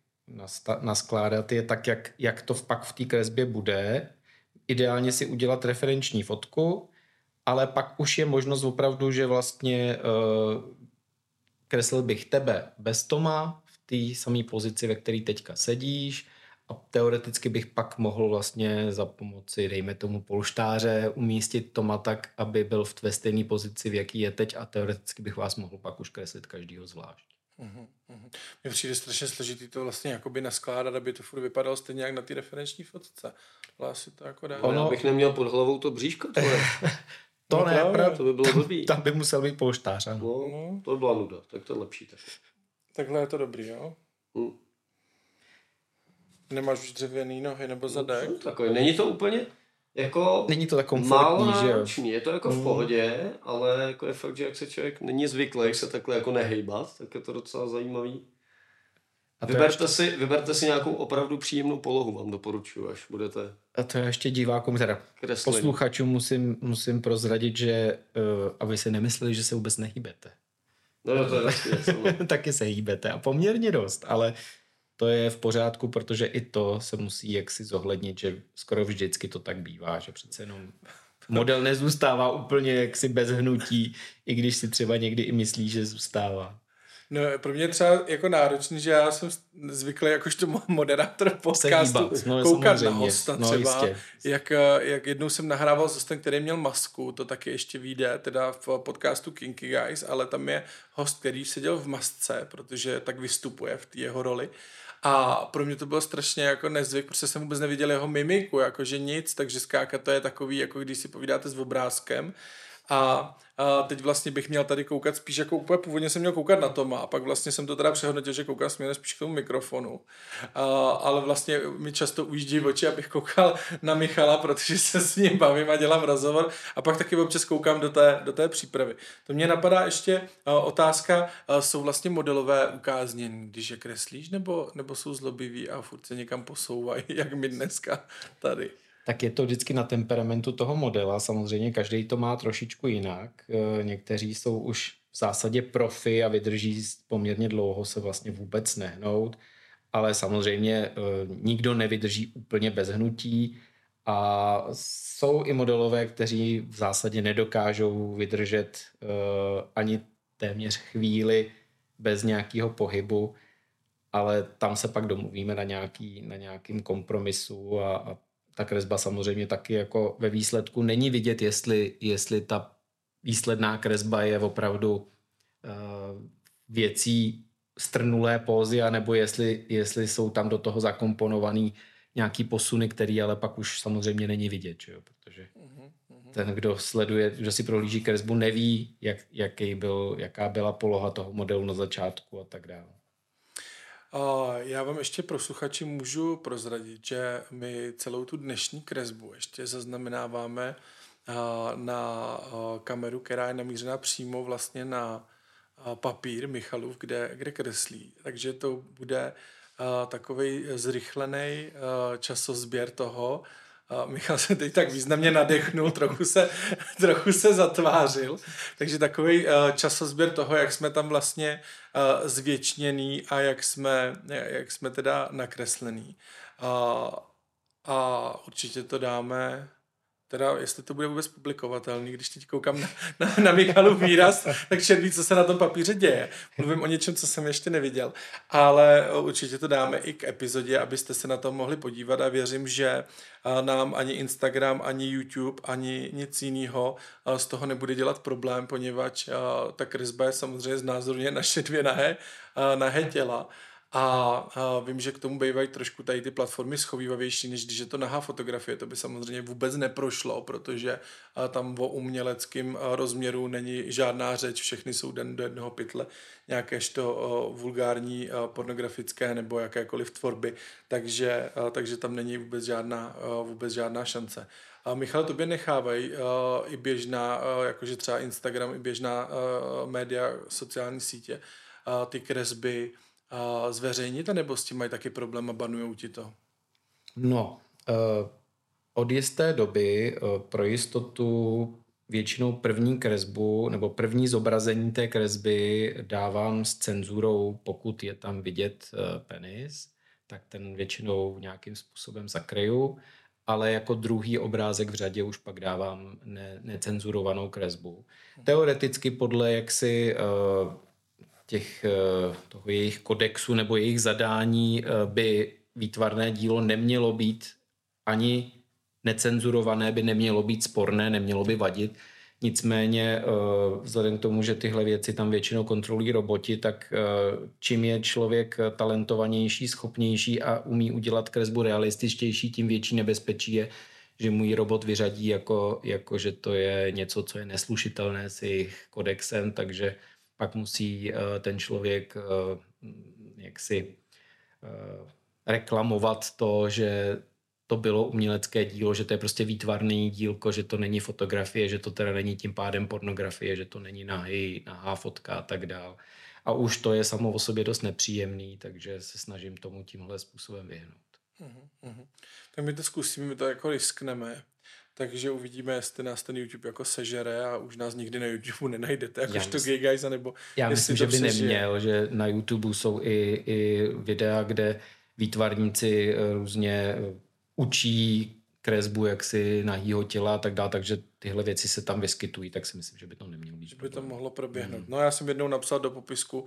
naskládat je tak, jak, jak to pak v té kresbě bude. Ideálně si udělat referenční fotku, ale pak už je možnost opravdu, že vlastně uh, kreslil bych tebe bez Toma v té samé pozici, ve které teďka sedíš a teoreticky bych pak mohl vlastně za pomoci, dejme tomu polštáře, umístit Toma tak, aby byl v tvé stejné pozici, v jaký je teď a teoreticky bych vás mohl pak už kreslit každýho zvlášť. Uhum, uhum. Mně přijde strašně složitý to vlastně jakoby naskládat, aby to furt vypadalo stejně jak na té referenční fotce. Ale asi to jako dá. Ono... Já bych neměl pod hlavou to bříško tvoje. To no, ne, právě. To by bylo blbý. Tam by musel být polštář. No, no, to by byla nuda, tak to je lepší. Tak. Takhle je to dobrý, jo? Hmm. Nemáš už dřevěný nohy nebo zadek? No, takový. Není to úplně jako není to tak komfortní, že jo? Je to jako v pohodě, ale jako je fakt, že jak se člověk není zvyklý se takhle jako nehejbat, tak je to docela zajímavý. A vyberte, ještě... si, vyberte si nějakou opravdu příjemnou polohu, vám doporučuji, až budete... A to já ještě divákům, teda kreslení. Posluchačům musím, musím prozradit, že uh, aby si nemysleli, že se vůbec nehýbete. No, no to je vlastně. Taky se hýbete a poměrně dost, ale to je v pořádku, protože i to se musí jaksi zohlednit, že skoro vždycky to tak bývá, že přece jenom model nezůstává úplně jaksi bez hnutí, i když si třeba někdy i myslí, že zůstává. No pro mě je třeba jako náročný, že já jsem zvyklý jakožto moderátor podcastu no, koukat na hosta no, třeba, jak, jak jednou jsem nahrával s hostem, který měl masku, to taky ještě vyjde teda v podcastu Kinky Guys, ale tam je host, který seděl v masce, protože tak vystupuje v té jeho roli. A pro mě to bylo strašně jako nezvyk, protože jsem vůbec neviděl jeho mimiku, jakože nic, takže skákat to je takový, jako když si povídáte s obrázkem. A, a teď vlastně bych měl tady koukat spíš jako úplně původně jsem měl koukat na Toma a pak vlastně jsem to teda přehodnotil, že koukám směrem spíš k tomu mikrofonu. A, ale vlastně mi často ujíždí oči, abych koukal na Michala, protože se s ním bavím a dělám rozhovor a pak taky občas koukám do té, do té přípravy. To mě napadá ještě a, otázka, a, jsou vlastně modelové ukáznění, když je kreslíš, nebo, nebo jsou zlobiví a furt se někam posouvají, jak my dneska tady? Tak je to vždycky na temperamentu toho modela. Samozřejmě každý to má trošičku jinak. Někteří jsou už v zásadě profi a vydrží poměrně dlouho se vlastně vůbec nehnout, ale samozřejmě nikdo nevydrží úplně bez hnutí a jsou i modelové, kteří v zásadě nedokážou vydržet ani téměř chvíli bez nějakého pohybu, ale tam se pak domluvíme na, nějaký, na nějakým kompromisu a, a ta kresba samozřejmě taky jako ve výsledku není vidět, jestli, jestli ta výsledná kresba je opravdu uh, věcí strnulé pózy, anebo jestli, jestli jsou tam do toho zakomponovaný nějaký posuny, který ale pak už samozřejmě není vidět, že jo? Protože ten, kdo sleduje, kdo si prohlíží kresbu, neví, jak, jaký byl, jaká byla poloha toho modelu na začátku a tak dále. Já vám ještě pro sluchači můžu prozradit, že my celou tu dnešní kresbu ještě zaznamenáváme na kameru, která je namířená přímo vlastně na papír Michalův, kde, kde kreslí. Takže to bude takovej zrychlený časozběr toho. Michal se teď tak významně nadechnul, trochu se, trochu se zatvářil. Takže takový časozběr toho, jak jsme tam vlastně zvětšněný a jak jsme, jak jsme teda nakreslený. A, a určitě to dáme, teda jestli to bude vůbec publikovatelný, když teď koukám na, na, na Michalův výraz, tak červí, co se na tom papíře děje. Mluvím o něčem, co jsem ještě neviděl, ale určitě to dáme i k epizodě, abyste se na to mohli podívat a věřím, že nám ani Instagram, ani YouTube, ani nic jiného z toho nebude dělat problém, poněvadž ta kresba je samozřejmě znázorně naše dvě nahé, nahé těla. A, a vím, že k tomu bývají trošku tady ty platformy schovývavější, než když je to nahá fotografie. To by samozřejmě vůbec neprošlo, protože a, tam o uměleckém a, rozměru není žádná řeč, všechny jsou den do jednoho pytle, nějakéžto a, vulgární a, pornografické nebo jakékoliv tvorby, takže, a, takže tam není vůbec žádná, a, vůbec žádná šance. A Michal, tobě nechávají i běžná, a, jakože třeba Instagram, i běžná a, média, sociální sítě, a, ty kresby a zveřejnit, nebo s tím mají taky problém a banujou ti to? No, uh, od jisté doby uh, pro jistotu většinou první kresbu nebo první zobrazení té kresby dávám s cenzurou, pokud je tam vidět uh, penis, tak ten většinou nějakým způsobem zakryju, ale jako druhý obrázek v řadě už pak dávám ne, necenzurovanou kresbu. Teoreticky podle jaksi uh, těch, toho jejich kodexu nebo jejich zadání by výtvarné dílo nemělo být ani necenzurované, by nemělo být sporné, nemělo by vadit. Nicméně vzhledem k tomu, že tyhle věci tam většinou kontrolují roboti, tak čím je člověk talentovanější, schopnější a umí udělat kresbu realističtější, tím větší nebezpečí je, že můj robot vyřadí jako, jako že to je něco, co je neslušitelné s jejich kodexem, takže pak musí uh, ten člověk uh, jaksi uh, reklamovat to, že to bylo umělecké dílo, že to je prostě výtvarný dílko, že to není fotografie, že to teda není tím pádem pornografie, že to není nahý, nahá fotka a tak dál. A už to je samo o sobě dost nepříjemný, takže se snažím tomu tímhle způsobem vyhnout. Uh-huh, uh-huh. Tak my to zkusíme, my to jako riskneme. Takže uvidíme, jestli nás ten YouTube jako sežere a už nás nikdy na YouTube nenajdete, jakožto Gay Guys, nebo já myslím, že by přežije. Neměl, že na YouTube jsou i, i videa, kde výtvarníci různě učí kresbu jaksi nahýho těla a tak dále, takže tyhle věci se tam vyskytují, tak si myslím, že by to nemělo být. Že by to mohlo proběhnout. Mm. No já jsem jednou napsal do popisku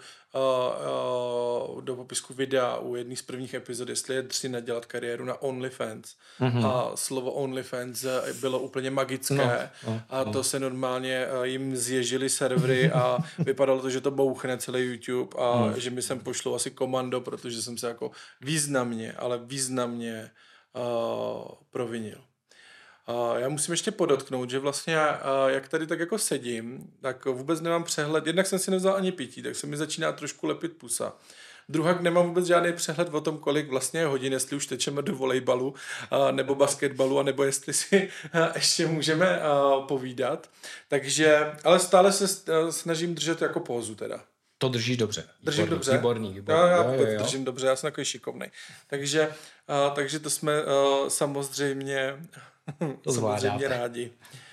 uh, uh, do popisku videa u jedné z prvních epizod, jestli je dřina dělat kariéru na OnlyFans. Mm-hmm. A slovo OnlyFans bylo úplně magické no, no, a to no. se normálně uh, jim zježili servery a vypadalo to, že to bouchne celý YouTube a mm. že mi sem pošlou asi komando, protože jsem se jako významně, ale významně uh, provinil. Uh, já musím ještě podotknout, že vlastně uh, jak tady tak jako sedím, tak vůbec nemám přehled. Jednak jsem si nevzal ani pití, tak se mi začíná trošku lepit pusa. Druhak nemám vůbec žádný přehled o tom, kolik vlastně je hodin, jestli už tečeme do volejbalu uh, nebo basketbalu, a nebo jestli si uh, ještě můžeme uh, povídat. Takže, ale stále se uh, snažím držet jako pózu teda. To držíš dobře. Držím výborný, dobře. Výborný, výborný. Já, já jo, jo, jo. držím dobře, já jsem takový šikovnej. Takže, uh, takže to jsme uh, samozřejmě, to samozřejmě rádi.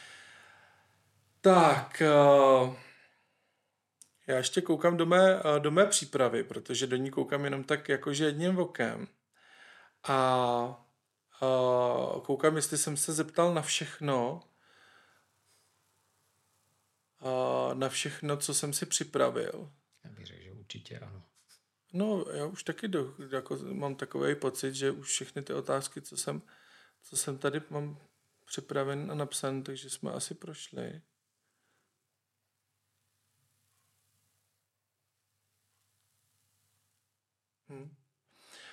Tak, uh, já ještě koukám do mé, uh, do mé přípravy, protože do ní koukám jenom tak jakože jedním okem. A uh, koukám, jestli jsem se zeptal na všechno, uh, na všechno, co jsem si připravil. Já bych řekl, že určitě ano. No, já už taky do, jako mám takový pocit, že už všechny ty otázky, co jsem, co jsem tady mám připraven a napsan, takže jsme asi prošli. Hm.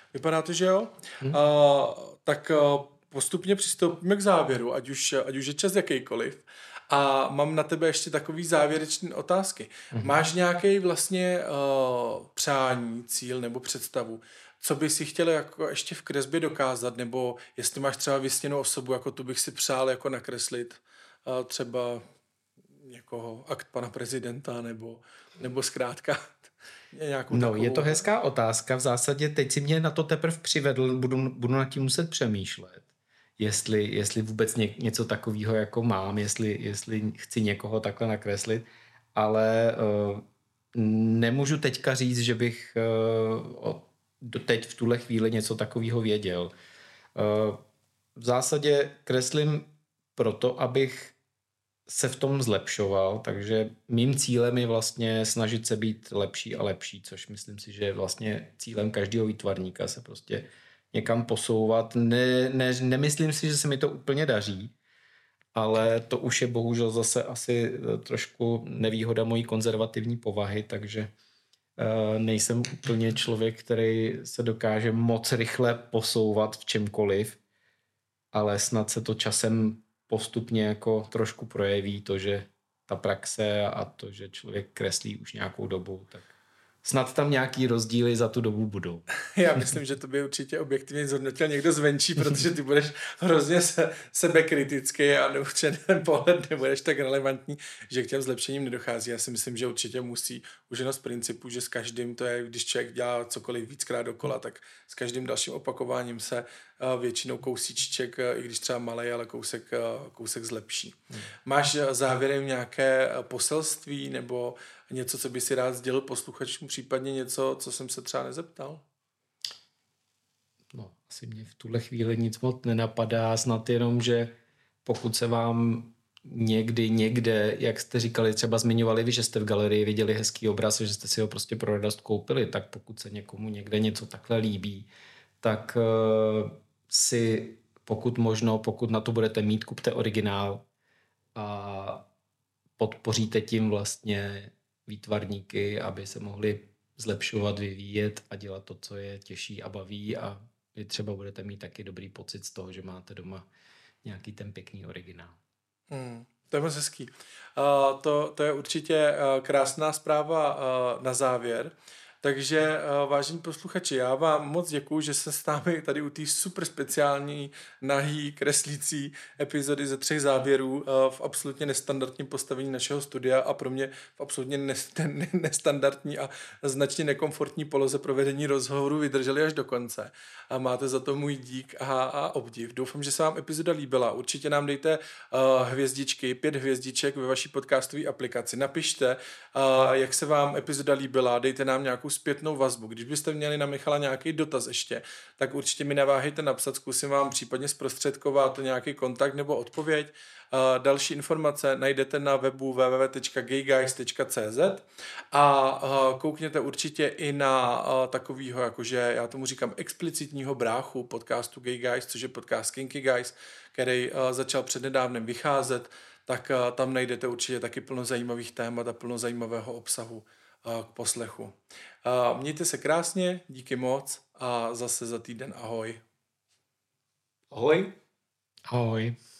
Vypadá to, že jo? Hmm. Uh, tak uh, postupně přistoupíme k závěru, ať už, ať už je čas jakýkoliv. A mám na tebe ještě takový závěrečný otázky. Hmm. Máš nějaký vlastně uh, přání, cíl nebo představu, co bys si chtěl jako ještě v kresbě dokázat, nebo jestli máš třeba vysněnou osobu, jako tu bych si přál jako nakreslit, uh, třeba někoho, akt pana prezidenta, nebo, nebo zkrátka nějakou No, takovou... je to hezká otázka. V zásadě teď si mě na to teprve přivedl, budu, budu nad tím muset přemýšlet. Jestli, jestli vůbec ně, něco takového jako mám, jestli, jestli chci někoho takhle nakreslit, ale uh, nemůžu teďka říct, že bych uh, teď v tuhle chvíli něco takového věděl. Uh, v zásadě kreslím proto, abych se v tom zlepšoval, takže mým cílem je vlastně snažit se být lepší a lepší, což myslím si, že je vlastně cílem každého výtvarníka se prostě někam posouvat. Ne, ne, nemyslím si, že se mi to úplně daří, ale to už je bohužel zase asi trošku nevýhoda mojí konzervativní povahy, takže uh, nejsem úplně člověk, který se dokáže moc rychle posouvat v čemkoliv, ale snad se to časem postupně jako trošku projeví to, že ta praxe a to, že člověk kreslí už nějakou dobu, tak snad tam nějaký rozdíly za tu dobu budou. Já myslím, že to by určitě objektivně zhodnotil někdo zvenčí, protože ty budeš hrozně se, sebekritický a určitě ten pohled nebudeš tak relevantní, že k těm zlepšením nedochází. Já si myslím, že určitě musí už jenom z principu, že s každým, to je, když člověk dělá cokoliv víckrát dokola, tak s každým dalším opakováním se většinou kousíček, i když třeba malej, ale kousek, kousek zlepší. Hmm. Máš závěrem nějaké poselství nebo něco, co by si rád sdělil posluchačům, případně něco, co jsem se třeba nezeptal? No, asi mě v tuhle chvíli nic moc nenapadá, snad jenom, že pokud se vám někdy, někde, jak jste říkali, třeba zmiňovali vy, že jste v galerii viděli hezký obraz, že jste si ho prostě pro radost koupili, tak pokud se někomu někde něco takhle líbí, tak uh, si pokud možno, pokud na to budete mít, kupte originál a podpoříte tím vlastně výtvarníky, aby se mohli zlepšovat, vyvíjet a dělat to, co je těžší a baví, a vy třeba budete mít taky dobrý pocit z toho, že máte doma nějaký ten pěkný originál. Hmm, to je moc hezký. Uh, to, to je určitě uh, krásná zpráva uh, na závěr. Takže uh, vážení posluchači, já vám moc děkuju, že jste s námi tady u té super speciální, nahý, kreslící epizody ze třech závěrů uh, v absolutně nestandardním postavení našeho studia a pro mě v absolutně nestandardní a značně nekomfortní poloze provedení rozhovoru vydrželi až do konce. A máte za to můj dík a, a obdiv. Doufám, že se vám epizoda líbila. Určitě nám dejte uh, hvězdičky, pět hvězdiček ve vaší podcastové aplikaci. Napište, uh, jak se vám epizoda líbila, dejte nám nějakou zpětnou vazbu. Když byste měli na Michala nějaký dotaz ještě, tak určitě mi neváhejte napsat, zkusím vám případně zprostředkovat nějaký kontakt nebo odpověď. Uh, další informace najdete na webu w w w tečka gayguys tečka c z a uh, koukněte určitě i na uh, takovýho, jakože já tomu říkám explicitního bráchu podcastu Gay Guys, což je podcast Kinky Guys, který uh, začal přednedávnem vycházet, tak uh, tam najdete určitě taky plno zajímavých témat a plno zajímavého obsahu k poslechu. Mějte se krásně, díky moc a zase za týden ahoj. Ahoj. Ahoj.